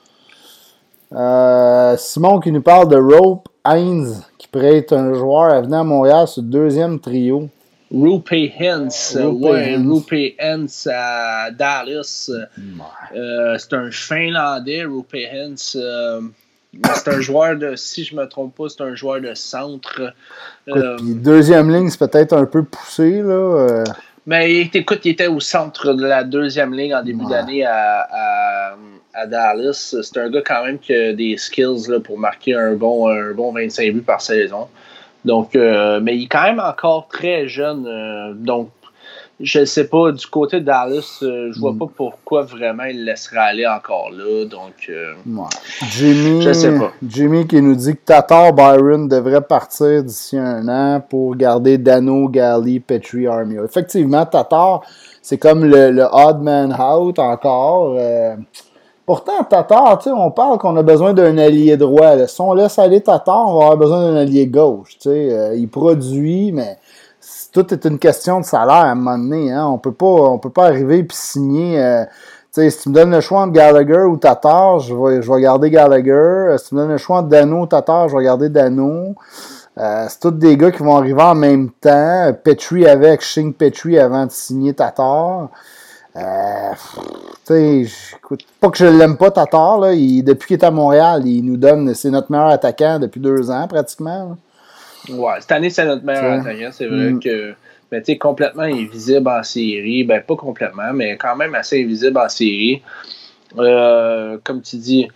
Simon qui nous parle de Rope Hines, qui pourrait être un joueur à venir à Montréal sur le deuxième trio. Rupe Hintz à Dallas. C'est un Finlandais, Rupe Hintz. C'est un joueur si je me trompe pas, c'est un joueur de centre. Puis deuxième ligne, c'est peut-être un peu poussé, là. Mais écoute, il était au centre de la deuxième ligne en début d'année à Dallas. C'est un gars quand même qui a des skills là, pour marquer un bon 25 buts par saison. Donc, mais il est quand même encore très jeune. Donc, je ne sais pas, du côté de Dallas, je vois pas pourquoi vraiment il le laisserait aller encore là. Donc, Jimmy, je sais pas. Jimmy qui nous dit que Tatar Byron devrait partir d'ici un an pour garder Dano, Galley, Petrie, Armia. Effectivement, Tatar, c'est comme le odd man out encore. Pourtant, Tatar, on parle qu'on a besoin d'un allié droit. Là. Si on laisse aller Tatar, on va avoir besoin d'un allié gauche. Il produit, mais tout est une question de salaire à un moment donné. Hein. On peut pas arriver et signer. Si tu me donnes le choix entre Gallagher ou Tatar, je vais garder Gallagher. Si tu me donnes le choix entre Dano ou Tatar, je vais garder Dano. C'est tous des gars qui vont arriver en même temps. Petrie avec Shane Petrie avant de signer Tatar. Écoute, pas que je l'aime pas, Tatar. Là, depuis qu'il est à Montréal, il nous donne. C'est notre meilleur attaquant depuis 2 ans, pratiquement. Là. Ouais, cette année, c'est notre meilleur attaquant. C'est vrai que. Mais tu sais, complètement invisible en série. Ben, pas complètement, mais quand même assez invisible en série. Comme tu dis.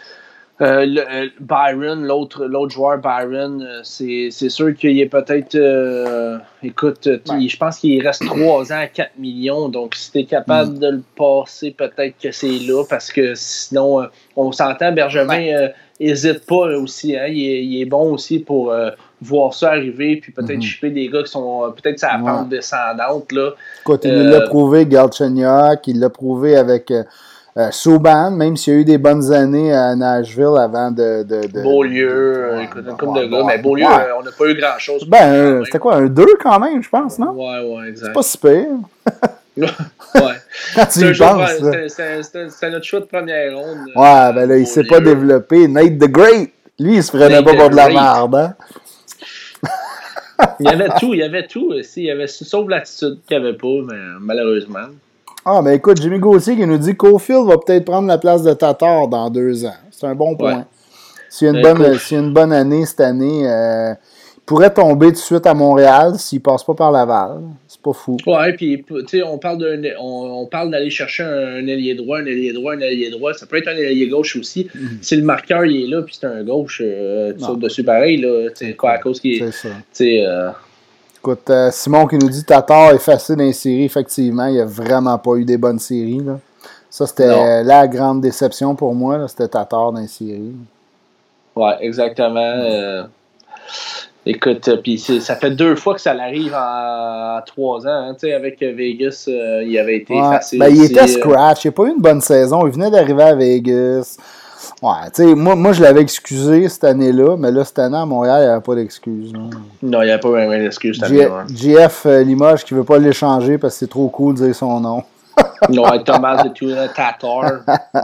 Byron, l'autre joueur Byron, c'est sûr qu'il est peut-être écoute, je pense qu'il reste 3 ans à 4 millions, donc si t'es capable de le passer, peut-être que c'est là, parce que sinon on s'entend, Bergevin hésite pas aussi, hein, il est bon aussi pour voir ça arriver, puis peut-être chipper des gars qui sont peut-être sur la pente descendante là. Écoute, il l'a prouvé, Galchenyuk, il l'a prouvé avec Subban, même s'il y a eu des bonnes années à Nashville avant de Beaulieu, écoute, une couple de gars, mais Beaulieu, on n'a pas eu grand-chose. Ben, c'était quoi, un 2 quand même, je pense, non? Ouais, exact. C'est pas si pire. Ouais. Quand tu y penses. C'était notre choix de première ronde. Ouais, ben là, il s'est pas développé. Nate the Great, lui, il se prenait pas pour de la merde, hein? Il y avait tout. Il y avait sauf l'attitude qu'il n'y avait pas, mais malheureusement. Ah, ben écoute, Jimmy Gauthier qui nous dit Caulfield va peut-être prendre la place de Tatar dans 2 ans. C'est un bon point. Ouais. S'il y a une bonne année cette année, il pourrait tomber tout de suite à Montréal s'il passe pas par Laval. C'est pas fou. Ouais, puis tu sais, on parle d'aller chercher un ailier droit. Ça peut être un ailier gauche aussi. Si le marqueur il est là, puis c'est un gauche, tu sautes dessus pareil, là, quoi, à cause qu'il est. C'est ça. Écoute, Simon qui nous dit Tatar est facile dans les séries. Effectivement, il n'y a vraiment pas eu des bonnes séries. Là. Ça, c'était la grande déception pour moi. Là, c'était Tatar dans les séries. Ouais, exactement. Écoute, puis ça fait 2 fois que ça l'arrive en 3 ans. Hein, avec Vegas, il avait été facile. Ben, il était scratch. Il n'a pas eu une bonne saison. Il venait d'arriver à Vegas. Ouais, tu sais, moi, je l'avais excusé cette année-là, mais là, cette année, à Montréal, il n'y avait pas d'excuse. Non, il n'y avait pas vraiment d'excuse cette année. GF Limoges qui ne veut pas l'échanger parce que c'est trop cool de dire son nom. Non, Thomas de Tuna, Tatar.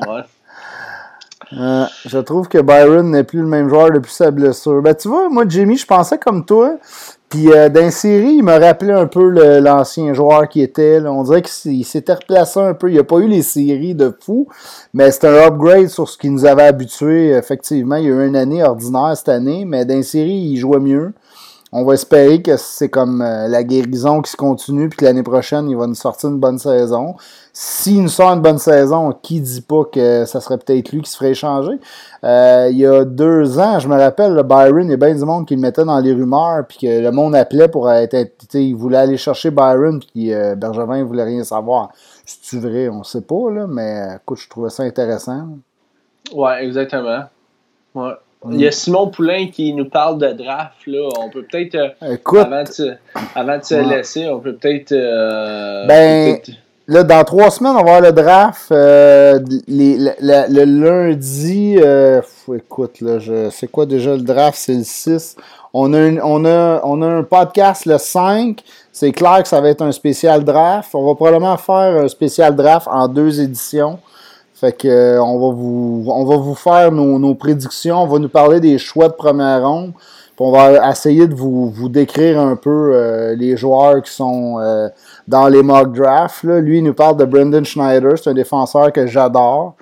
Ouais. Je trouve que Byron n'est plus le même joueur depuis sa blessure. Ben, tu vois, moi, Jimmy, je pensais comme toi. Puis, dans la série, il me rappelait un peu l'ancien joueur qui était. Là. On dirait qu'il s'était replacé un peu. Il n'y a pas eu les séries de fou, mais c'est un upgrade sur ce qui nous avait habitués. Effectivement, il y a eu une année ordinaire cette année, mais dans la série, il jouait mieux. On va espérer que c'est comme la guérison qui se continue puis que l'année prochaine, il va nous sortir une bonne saison. S'il nous sort une bonne saison, qui dit pas que ça serait peut-être lui qui se ferait échanger? Il y a 2 ans, je me rappelle, Byron, il y a bien du monde qui le mettait dans les rumeurs puis que le monde appelait pour être... Il voulait aller chercher Byron puis Bergevin ne voulait rien savoir. C'est-tu vrai? On sait pas, là, mais écoute, je trouvais ça intéressant. Ouais, exactement. Ouais. Il y a Simon Poulain qui nous parle de draft. Là. On peut peut-être, avant de se laisser, on peut peut-être... Là, dans 3 semaines, on va avoir le draft. Le lundi... écoute, là, c'est quoi déjà le draft? C'est le 6. On a un podcast le 5. C'est clair que ça va être un spécial draft. On va probablement faire un spécial draft en 2 éditions. Fait que on va vous faire nos prédictions, on va nous parler des choix de première ronde, puis on va essayer de vous décrire un peu les joueurs qui sont dans les mock drafts. Là. Lui, il nous parle de Brendan Schneider, c'est un défenseur que j'adore.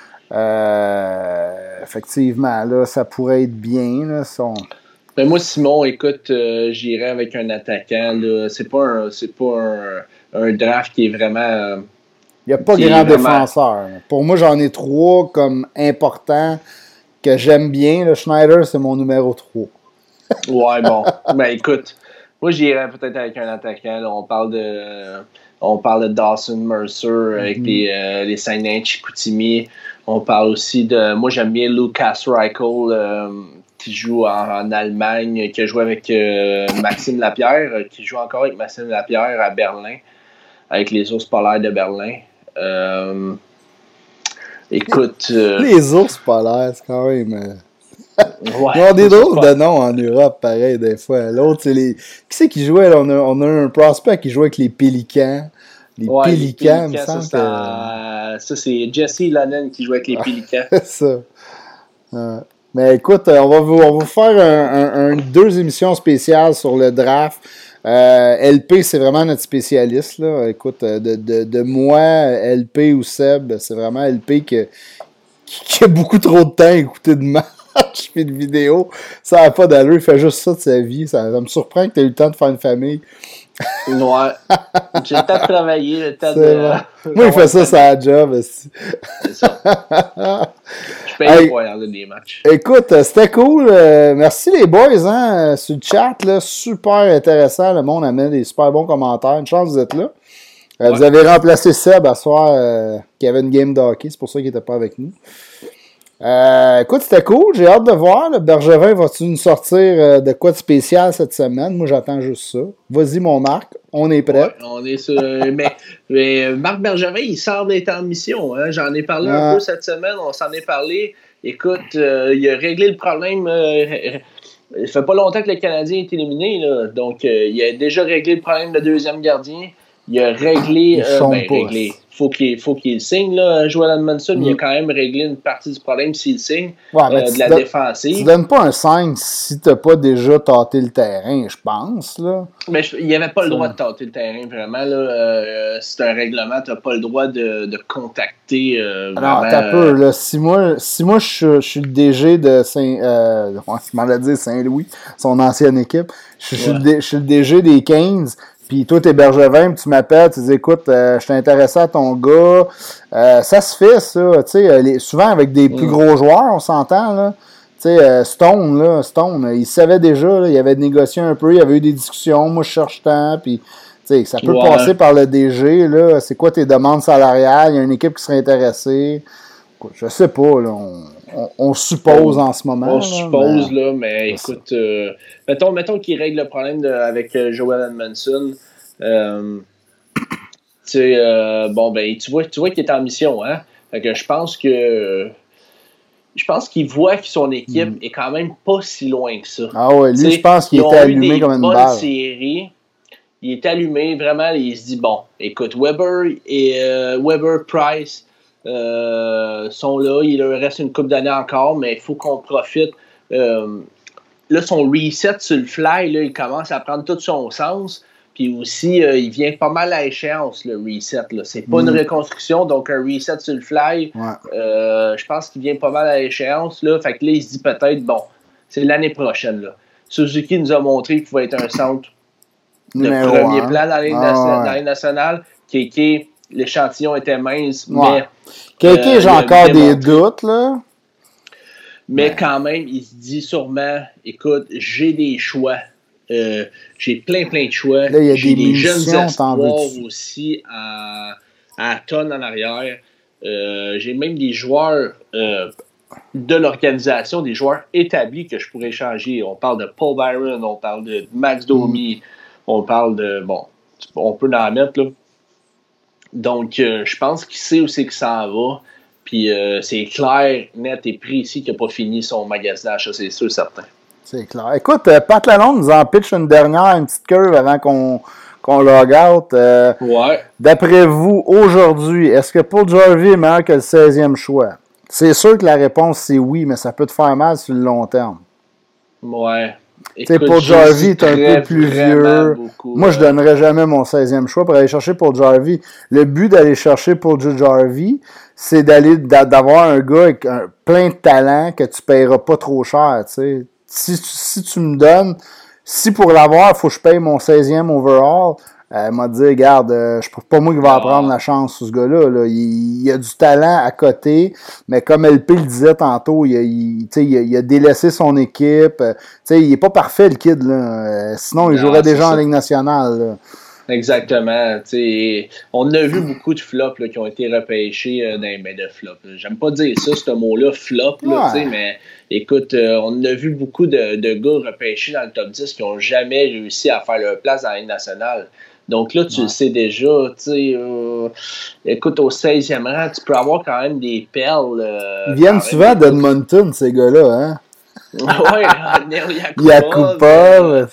Effectivement, là, ça pourrait être bien. Là, Ben moi, Simon, écoute, j'irais avec un attaquant. Là. C'est pas un draft qui est vraiment... Il n'y a pas grand défenseur. Pour moi, j'en ai 3 comme importants que j'aime bien. Le Schneider, c'est mon numéro 3. Ouais, bon. Ben écoute, moi j'irais peut-être avec un attaquant. Là. On parle de Dawson Mercer avec les Saguenay Chicoutimi. On parle aussi de... Moi, j'aime bien Lucas Reichel qui joue en Allemagne, qui a joué avec Maxime Lapierre, qui joue encore avec Maxime Lapierre à Berlin, avec les Ours polaires de Berlin. Écoute... Les Ours polaires, c'est quand même... Ouais, ils ont des drôles de noms en Europe, pareil, des fois. L'autre, c'est les... Qui c'est qui jouait? Là? On a un prospect qui jouait avec les Pélicans. Les Pélicans, il me semble que... Ça, c'est Jesse Lannon qui jouait avec les Pélicans. ça. Mais écoute, on va vous faire deux émissions spéciales sur le draft. LP, c'est vraiment notre spécialiste, là. Écoute, de moi, LP ou Seb, c'est vraiment LP qui a beaucoup trop de temps à écouter de matchs et de vidéos. Ça n'a pas d'allure, il fait juste ça de sa vie. Ça me surprend que tu aies eu le temps de faire une famille. Ouais. J'ai le temps de travailler, le temps Moi, il fait ça, c'est la job. Aussi. C'est ça. Je paye pour regarder des matchs. Écoute, c'était cool. Merci les boys hein, sur le chat. Là, super intéressant. Le monde amène des super bons commentaires. Une chance que vous êtes là. Vous avez remplacé Seb à soir qui avait une game de hockey. C'est pour ça qu'il n'était pas avec nous. Écoute, c'était cool. J'ai hâte de voir. Le Bergevin, va-tu nous sortir de quoi de spécial cette semaine? Moi, j'attends juste ça. Vas-y, mon Marc. On est prêt. Ouais, on est sur. mais Marc Bergevin, il sort d'être en mission. Hein? J'en ai parlé un peu cette semaine. On s'en est parlé. Écoute, il a réglé le problème. Il fait pas longtemps que le Canadien est éliminé. Là. Donc, il a déjà réglé le problème de deuxième gardien. Il a réglé. Réglé. Faut qu'il le signe, là, Joel Edmondson. Il a quand même réglé une partie du problème s'il signe de la défensive. Tu donnes pas un 5 si t'as pas déjà tâté le terrain, je pense. Là. Mais il n'y avait pas le droit de tâter le terrain, vraiment. Là, c'est un règlement, tu n'as pas le droit de contacter. Alors, t'as peu. Là, si moi je suis le DG de Saint-Louis, son ancienne équipe, je suis le DG des 15. Puis toi, t'es Bergevin, puis tu m'appelles, tu dis écoute, je suis intéressé à ton gars. Ça se fait, ça. Tu sais, souvent avec des plus gros joueurs, on s'entend, là. Tu sais, Stone, il savait déjà, là, il avait négocié un peu, il avait eu des discussions, moi je cherche tant, puis tu sais, ça peut passer par le DG, là. C'est quoi tes demandes salariales? Il y a une équipe qui serait intéressée. Écoute, je sais pas, là. On suppose en ce moment. On suppose, mais écoute, mettons qu'il règle le problème avec Joel Edmondson. Tu vois qu'il est en mission, hein? Fait que je pense qu'il voit que son équipe est quand même pas si loin que ça. Ah ouais, lui, je pense qu'il était allumé comme une balle. Séries. Il est allumé, vraiment, il se dit, bon, écoute, Weber, Price, sont là, il leur reste une couple d'années encore, mais il faut qu'on profite. Là, son reset sur le fly, là, il commence à prendre tout son sens. Puis aussi, il vient pas mal à échéance, le reset. Là. C'est pas une reconstruction, donc un reset sur le fly, je pense qu'il vient pas mal à échéance. Là. Fait que là, il se dit peut-être, bon, c'est l'année prochaine. Là. Suzuki nous a montré qu'il pouvait être un centre de premier plan dans les nationales. Kéké, l'échantillon était mince, mais... Kéké, j'ai encore des doutes, là. Mais quand même, il se dit sûrement, écoute, j'ai des choix. J'ai plein de choix. Là, j'ai des jeunes espoirs aussi à tonne en arrière. J'ai même des joueurs de l'organisation, des joueurs établis que je pourrais changer. On parle de Paul Byron, on parle de Max Domi, on parle de... Bon, on peut en mettre, là. Donc, je pense qu'il sait où c'est qu'il s'en va. Puis, c'est clair, net et précis qu'il n'a pas fini son magasinage. Ça, c'est sûr, certain. C'est clair. Écoute, Pat Lalonde nous en pitch une petite curve avant qu'on log out. Ouais. D'après vous, aujourd'hui, est-ce que Paul Jarvie est meilleur que le 16e choix? C'est sûr que la réponse, c'est oui, mais ça peut te faire mal sur le long terme. Ouais. Tu sais, Paul Jarvie est un peu plus vieux. Moi, je donnerais jamais mon 16e choix pour aller chercher Paul Jarvie. Le but d'aller chercher Paul Jarvie, c'est d'avoir un gars avec plein de talent que tu paieras pas trop cher, tu sais. Si tu me donnes, si pour l'avoir, il faut que je paye mon 16e overall, elle m'a dit, regarde, je ne pas moi qui va prendre la chance sur ce gars-là. Là. Il a du talent à côté, mais comme LP le disait tantôt, il a délaissé son équipe. Il n'est pas parfait, le kid. Là. Sinon, il jouerait déjà en Ligue nationale. Là. Exactement. On a vu beaucoup de flops là, qui ont été repêchés de flops. J'aime pas dire ça, ce mot-là, flop, là, mais écoute, on a vu beaucoup de gars repêchés dans le top 10 qui n'ont jamais réussi à faire leur place dans la Ligue nationale. Donc là, tu le sais déjà, écoute, au 16e rang, tu peux avoir quand même des perles. Ils viennent souvent d'Edmonton, ces gars-là, hein? Oui, Yakupov,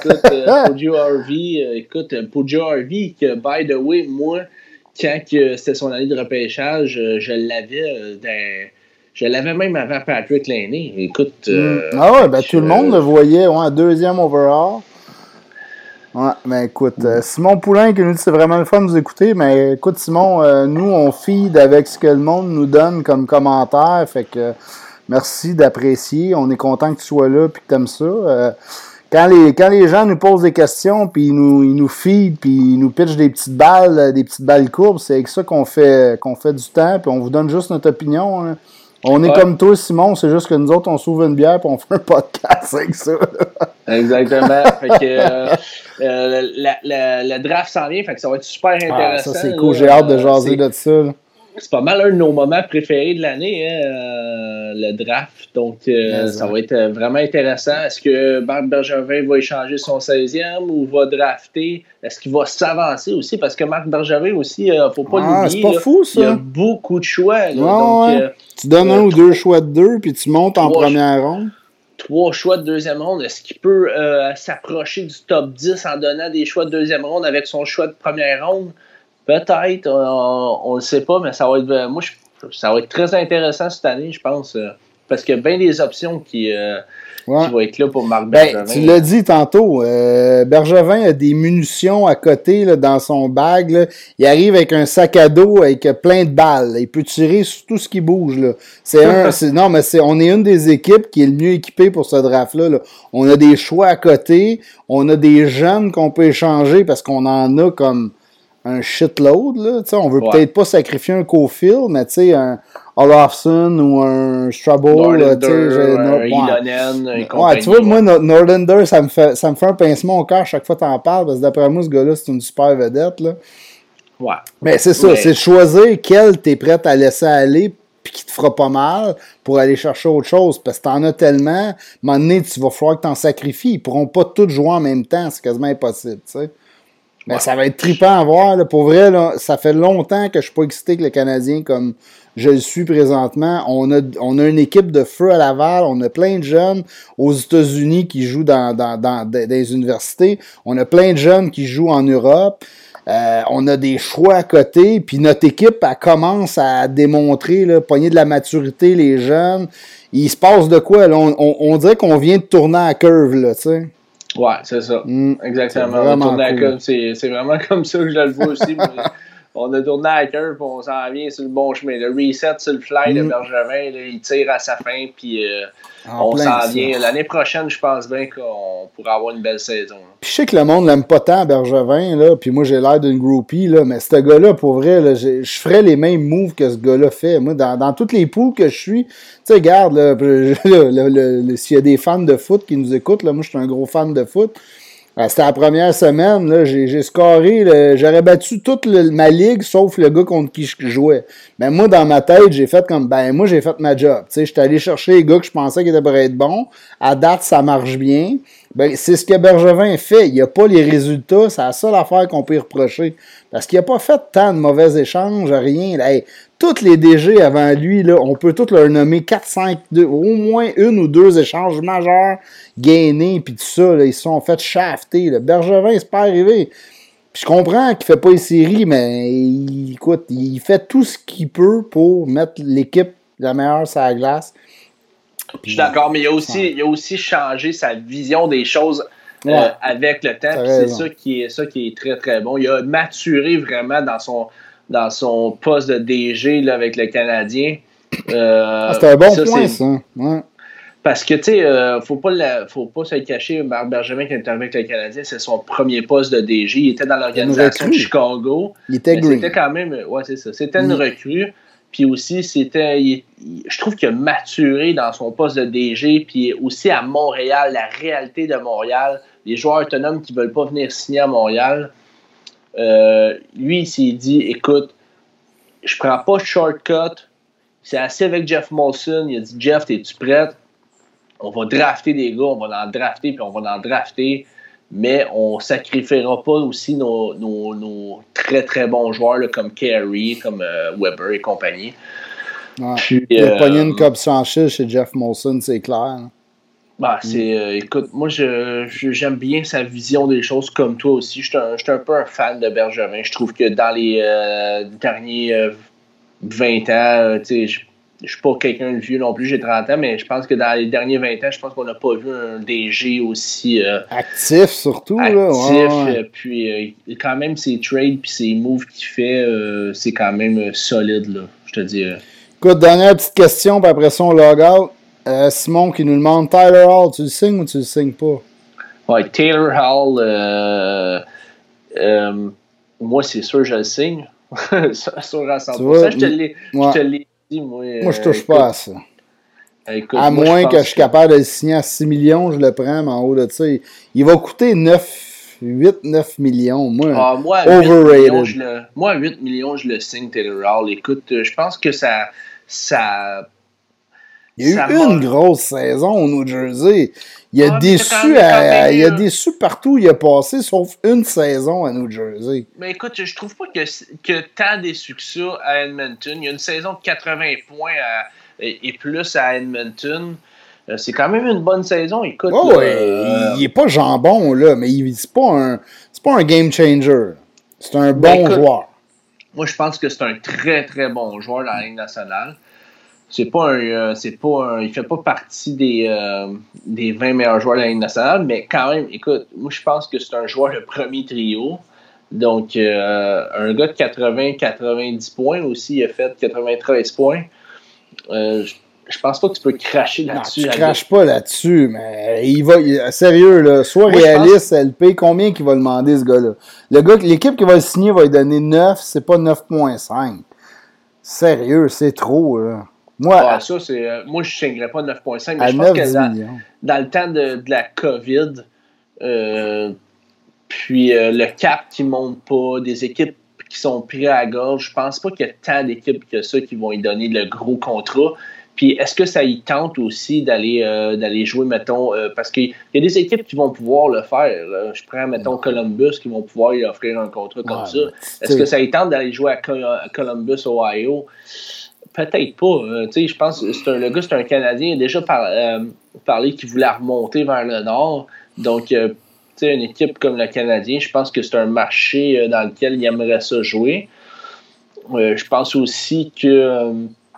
écoute, Pooja Harvey, que, by the way, moi, quand c'était son année de repêchage, je l'avais Je l'avais même avant Patrick Laine. Écoute. Ah ouais, ben tout le monde le voyait, ouais, deuxième overall. Ouais, mais écoute, Simon Poulain qui nous dit c'est vraiment le fun de vous écouter, mais écoute Simon, nous on feed avec ce que le monde nous donne comme commentaire, fait que merci d'apprécier, on est content que tu sois là puis que t'aimes ça. Quand les gens nous posent des questions puis ils nous feed puis ils nous pitchent des petites balles courbes, c'est avec ça qu'on fait du temps puis on vous donne juste notre opinion. Hein. On est comme toi, Simon, c'est juste que nous autres, on s'ouvre une bière et on fait un podcast avec ça. Exactement. Fait que le draft s'en vient, fait que ça va être super intéressant. Ça, c'est cool. J'ai hâte de jaser de ça. Là. C'est pas mal un de nos moments préférés de l'année, hein, le draft. Donc, ça va être vraiment intéressant. Est-ce que Marc Bergevin va échanger son 16e ou va drafter? Est-ce qu'il va s'avancer aussi? Parce que Marc Bergevin aussi, il ne faut pas l'oublier. C'est pas fou, ça. Il y a beaucoup de choix. Là, donc, tu donnes un ou deux choix de deux, puis tu montes en première ronde. 3 choix de deuxième ronde. Est-ce qu'il peut s'approcher du top 10 en donnant des choix de deuxième ronde avec son choix de première ronde? Peut-être, on ne le sait pas, mais ça va être ça va être très intéressant cette année, je pense, parce qu'il y a bien des options qui vont être là pour Marc Bergevin. Tu l'as dit tantôt, Bergevin a des munitions à côté là, dans son bag. Là. Il arrive avec un sac à dos avec plein de balles. Il peut tirer sur tout ce qui bouge. Là. On est une des équipes qui est le mieux équipée pour ce draft-là. Là. On a des choix à côté. On a des jeunes qu'on peut échanger parce qu'on en a comme un shitload, là. T'sais, on veut peut-être pas sacrifier un Cofield, mais tu sais, un Olofsson ou un Strabo, un Ilonen, et compagnie. Tu vois, moi, Norlander, ça me fait un pincement au cœur chaque fois que t'en parles, parce que d'après moi, ce gars-là, c'est une super vedette, là. Ouais. Mais c'est ça, c'est de choisir quel t'es prêt à laisser aller puis qui te fera pas mal pour aller chercher autre chose, parce que t'en as tellement, à un moment donné, tu vas falloir que t'en sacrifies. Ils pourront pas tous jouer en même temps, c'est quasiment impossible, tu sais. Mais ça va être trippant à voir. Là. Pour vrai, là, ça fait longtemps que je suis pas excité que le Canadien comme je le suis présentement. On a une équipe de feu à Laval. On a plein de jeunes aux États-Unis qui jouent dans des universités. On a plein de jeunes qui jouent en Europe. On a des choix à côté. Puis notre équipe, elle commence à démontrer, là, pogner de la maturité, les jeunes. Il se passe de quoi? Là? On dirait qu'on vient de tourner à curve, là, tu sais. Ouais, c'est ça. Exactement. C'est vraiment comme ça que je le vois aussi. On a tourné à cœur, puis on s'en vient sur le bon chemin. Le reset sur le fly de Bergevin, là, il tire à sa fin, puis on s'en vient. L'année prochaine, je pense bien qu'on pourra avoir une belle saison. Puis je sais que le monde l'aime pas tant, Bergevin, là, puis moi j'ai l'air d'une groupie, là, mais ce gars-là, pour vrai, là, je ferais les mêmes moves que ce gars-là fait. Moi, dans toutes les poules que je suis, tu sais, regarde, là, s'il y a des fans de foot qui nous écoutent, là, moi je suis un gros fan de foot. C'était la première semaine, là, j'ai scoré, j'aurais battu toute ma ligue sauf le gars contre qui je jouais. Mais moi, dans ma tête, j'ai fait comme, moi j'ai fait ma job. Tu sais, j'étais allé chercher les gars que je pensais qu'ils devraient être bons. À date, ça marche bien. C'est ce que Bergevin fait. Il n'y a pas les résultats. C'est la seule affaire qu'on peut y reprocher. Parce qu'il n'a pas fait tant de mauvais échanges, rien. Hey, tous les DG avant lui, là, on peut tous leur nommer 4, 5, au moins une ou deux échanges majeurs gainés, puis tout ça, là, ils se sont fait shafter. Là. Bergevin, c'est pas arrivé. Puis je comprends qu'il fait pas les séries, mais écoute, il fait tout ce qu'il peut pour mettre l'équipe la meilleure sur la glace. Je suis d'accord, mais il a aussi changé sa vision des choses avec le temps. C'est ça qui est très, très bon. Il a maturé vraiment dans son poste de DG là, avec le Canadien. C'est un bon point, ça. Ouais. Parce que, tu sais, faut pas se le cacher, Marc Bergevin, qui est arrivé avec le Canadien, c'est son premier poste de DG. Il était dans l'organisation de Chicago. Il était green. C'était quand même, c'est ça. C'était une recrue. Puis aussi, je trouve qu'il a maturé dans son poste de DG. Puis aussi à Montréal, la réalité de Montréal, les joueurs autonomes qui ne veulent pas venir signer à Montréal. Lui, il s'est dit, écoute, je prends pas de shortcut. C'est assis avec Jeff Molson. Il a dit, Jeff, es-tu prête? On va drafter des gars, on va en drafter, puis on va en drafter. Mais on ne sacrifiera pas aussi nos très, très bons joueurs là, comme Carey, comme Weber et compagnie. Ouais. Puis, il a pogné une Cobb Sanchez chez Jeff Molson, c'est clair. Écoute, moi, j'aime bien sa vision des choses comme toi aussi. Je suis un peu un fan de Bergevin. Je trouve que dans les derniers 20 ans, je suis pas quelqu'un de vieux non plus, j'ai 30 ans, mais je pense que dans les derniers 20 ans, je pense qu'on n'a pas vu un DG aussi actif, surtout. actif. Là, ouais. Puis quand même, ses trades puis ses moves qu'il fait, c'est quand même solide, là, je te dis. Écoute, dernière petite question, puis après ça, on log out. Simon qui nous demande Tyler Hall, tu le signes ou tu le signes pas? Ouais, Taylor Hall, moi, c'est sûr, je le signe. Sûr à 100%. Je te l'ai dit, moi. Moi, je touche pas à ça. Écoute, à moins que je suis capable de le signer à 6 millions, je le prends, mais en haut de ça, il va coûter 8-9 millions. Moi, overrated. Moi, à 8 millions, je le signe, Taylor Hall. Écoute, je pense que ça il y a eu une grosse saison au New Jersey. Il a déçu partout où il a passé, sauf une saison à New Jersey. Mais écoute, je trouve pas que tant déçu que ça à Edmonton. Il y a une saison de 80 points et plus à Edmonton. C'est quand même une bonne saison. Écoute, il est pas jambon, là, mais c'est pas un game changer. C'est un bon joueur. Moi, je pense que c'est un très, très bon joueur dans la Ligue nationale. Il fait pas partie des 20 meilleurs joueurs de la Ligue nationale, mais quand même, écoute, moi je pense que c'est un joueur de premier trio. Donc, un gars de 90 points aussi, il a fait 93 points. Je pense pas que tu peux cracher là-dessus. Non, tu craches pas là-dessus, mais sérieux, là, sois réaliste, LP, combien qu'il va demander ce gars-là? L'équipe qui va le signer va lui donner 9, c'est pas 9.5. Sérieux, c'est trop, là. Moi, je ne signerais pas 9.5, mais je pense que dans le temps de la COVID, puis le cap qui ne monte pas, des équipes qui sont prises à la gorge, je pense pas qu'il y a tant d'équipes que ça qui vont lui donner le gros contrat. Puis est-ce que ça y tente aussi d'aller jouer, mettons, parce qu'il y a des équipes qui vont pouvoir le faire. Là. Je prends, mettons, Columbus qui vont pouvoir lui offrir un contrat comme ça. Est-ce que ça y tente d'aller jouer à Columbus, Ohio? Peut-être pas. Je pense que le gars, c'est un Canadien. Il a déjà parlé qu'il voulait remonter vers le nord. Donc, une équipe comme le Canadien, je pense que c'est un marché dans lequel il aimerait ça jouer. Je pense aussi que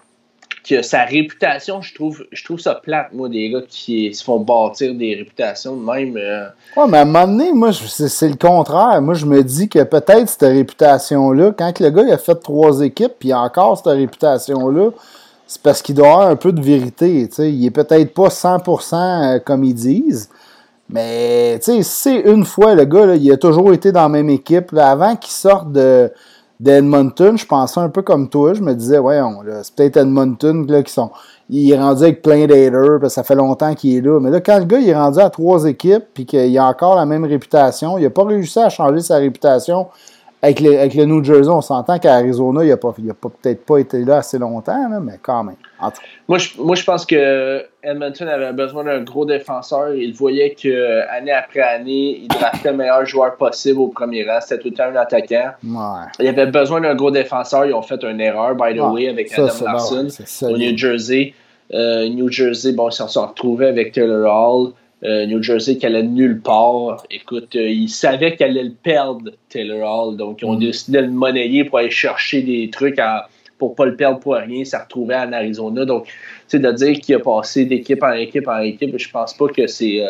sa réputation, je trouve ça plate, moi, des gars qui se font bâtir des réputations de même. Ouais, mais à un moment donné, moi, c'est le contraire. Moi, je me dis que peut-être cette réputation-là, quand le gars il a fait 3 équipes, puis il a encore cette réputation-là, c'est parce qu'il doit avoir un peu de vérité. T'sais. Il est peut-être pas 100% comme ils disent, mais c'est une fois, le gars, là, il a toujours été dans la même équipe. Là, avant qu'il sorte d'Edmonton, je pensais un peu comme toi. Je me disais, c'est peut-être Edmonton là, il est rendu avec plein d'haters, parce que ça fait longtemps qu'il est là. Mais là, quand le gars il est rendu à 3 équipes, puis qu'il a encore la même réputation, il n'a pas réussi à changer sa réputation avec le New Jersey. On s'entend qu'à Arizona, il n'a peut-être pas été là assez longtemps, là, mais quand même. En tout cas. Moi, je pense que Edmonton avait besoin d'un gros défenseur. Il voyait qu'année après année, il draftait le meilleur joueur possible au premier rang. C'était tout le temps un attaquant. Ouais. Il avait besoin d'un gros défenseur. Ils ont fait une erreur, by the way, avec Adam Larson au New Jersey. New Jersey, ils s'en sont retrouvés avec Taylor Hall. New Jersey qui allait nulle part. Écoute, ils savaient qu'elle allait le perdre, Taylor Hall. Donc, ils ont décidé de le monnayer pour aller chercher des trucs pour pas le perdre pour rien. Ça retrouvait en Arizona. Donc, de dire qu'il a passé d'équipe en équipe en équipe, je pense pas que c'est...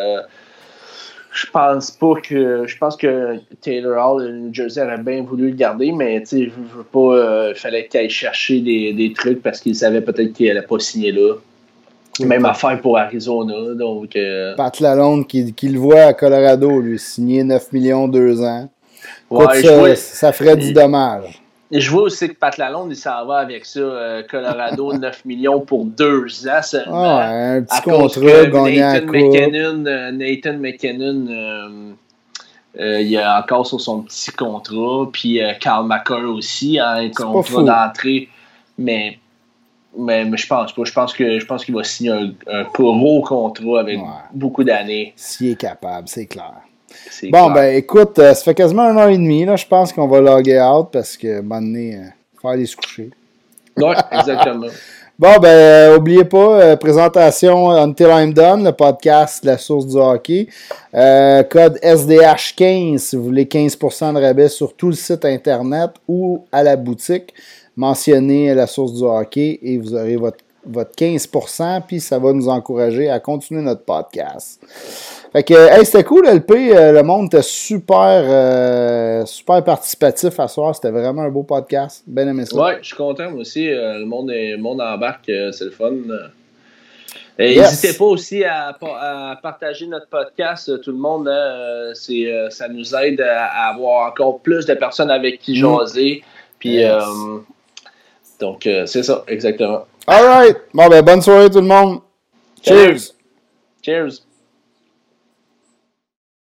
Je pense que Taylor Hall et New Jersey auraient bien voulu le garder, mais je veux pas... Il fallait qu'il aille chercher des trucs parce qu'il savait peut-être qu'il allait pas signer là. Même affaire pour Arizona. Donc, Pat Lalonde qui le voit à Colorado, lui, signer 9 millions 2 ans. Ça ferait du dommage. Je vois aussi que Pat Lalonde, il s'en va avec ça. Colorado, 9 millions pour 2 ans seulement. Un petit contrat gagné à Nathan McKinnon, il est encore sur son petit contrat. Puis Carl Makar aussi, un contrat d'entrée. Mais je pense pas. Je pense qu'il va signer un gros contrat avec beaucoup d'années. S'il est capable, c'est clair. Écoute, ça fait quasiment 1h30. Là, je pense qu'on va loguer out parce que, à un moment donné, il faut aller se coucher. Oui, exactement. Oubliez pas, présentation Until I'm Done, le podcast La Source du hockey. Code SDH15 si vous voulez 15% de rabais sur tout le site internet ou à la boutique. Mentionnez La Source du hockey et vous aurez votre votre 15%, puis ça va nous encourager à continuer notre podcast. Fait que, hey, c'était cool, LP. Le monde était super participatif à soir. C'était vraiment un beau podcast. Bien aimé ça. Ouais, je suis content, moi aussi. Le monde embarque, c'est le fun. N'hésitez pas aussi à partager notre podcast, tout le monde. Hein, ça nous aide à avoir encore plus de personnes avec qui jaser. Puis, donc, c'est ça, exactement. All right. Bon, ben, bonne soirée, tout le monde. Cheers. Cheers.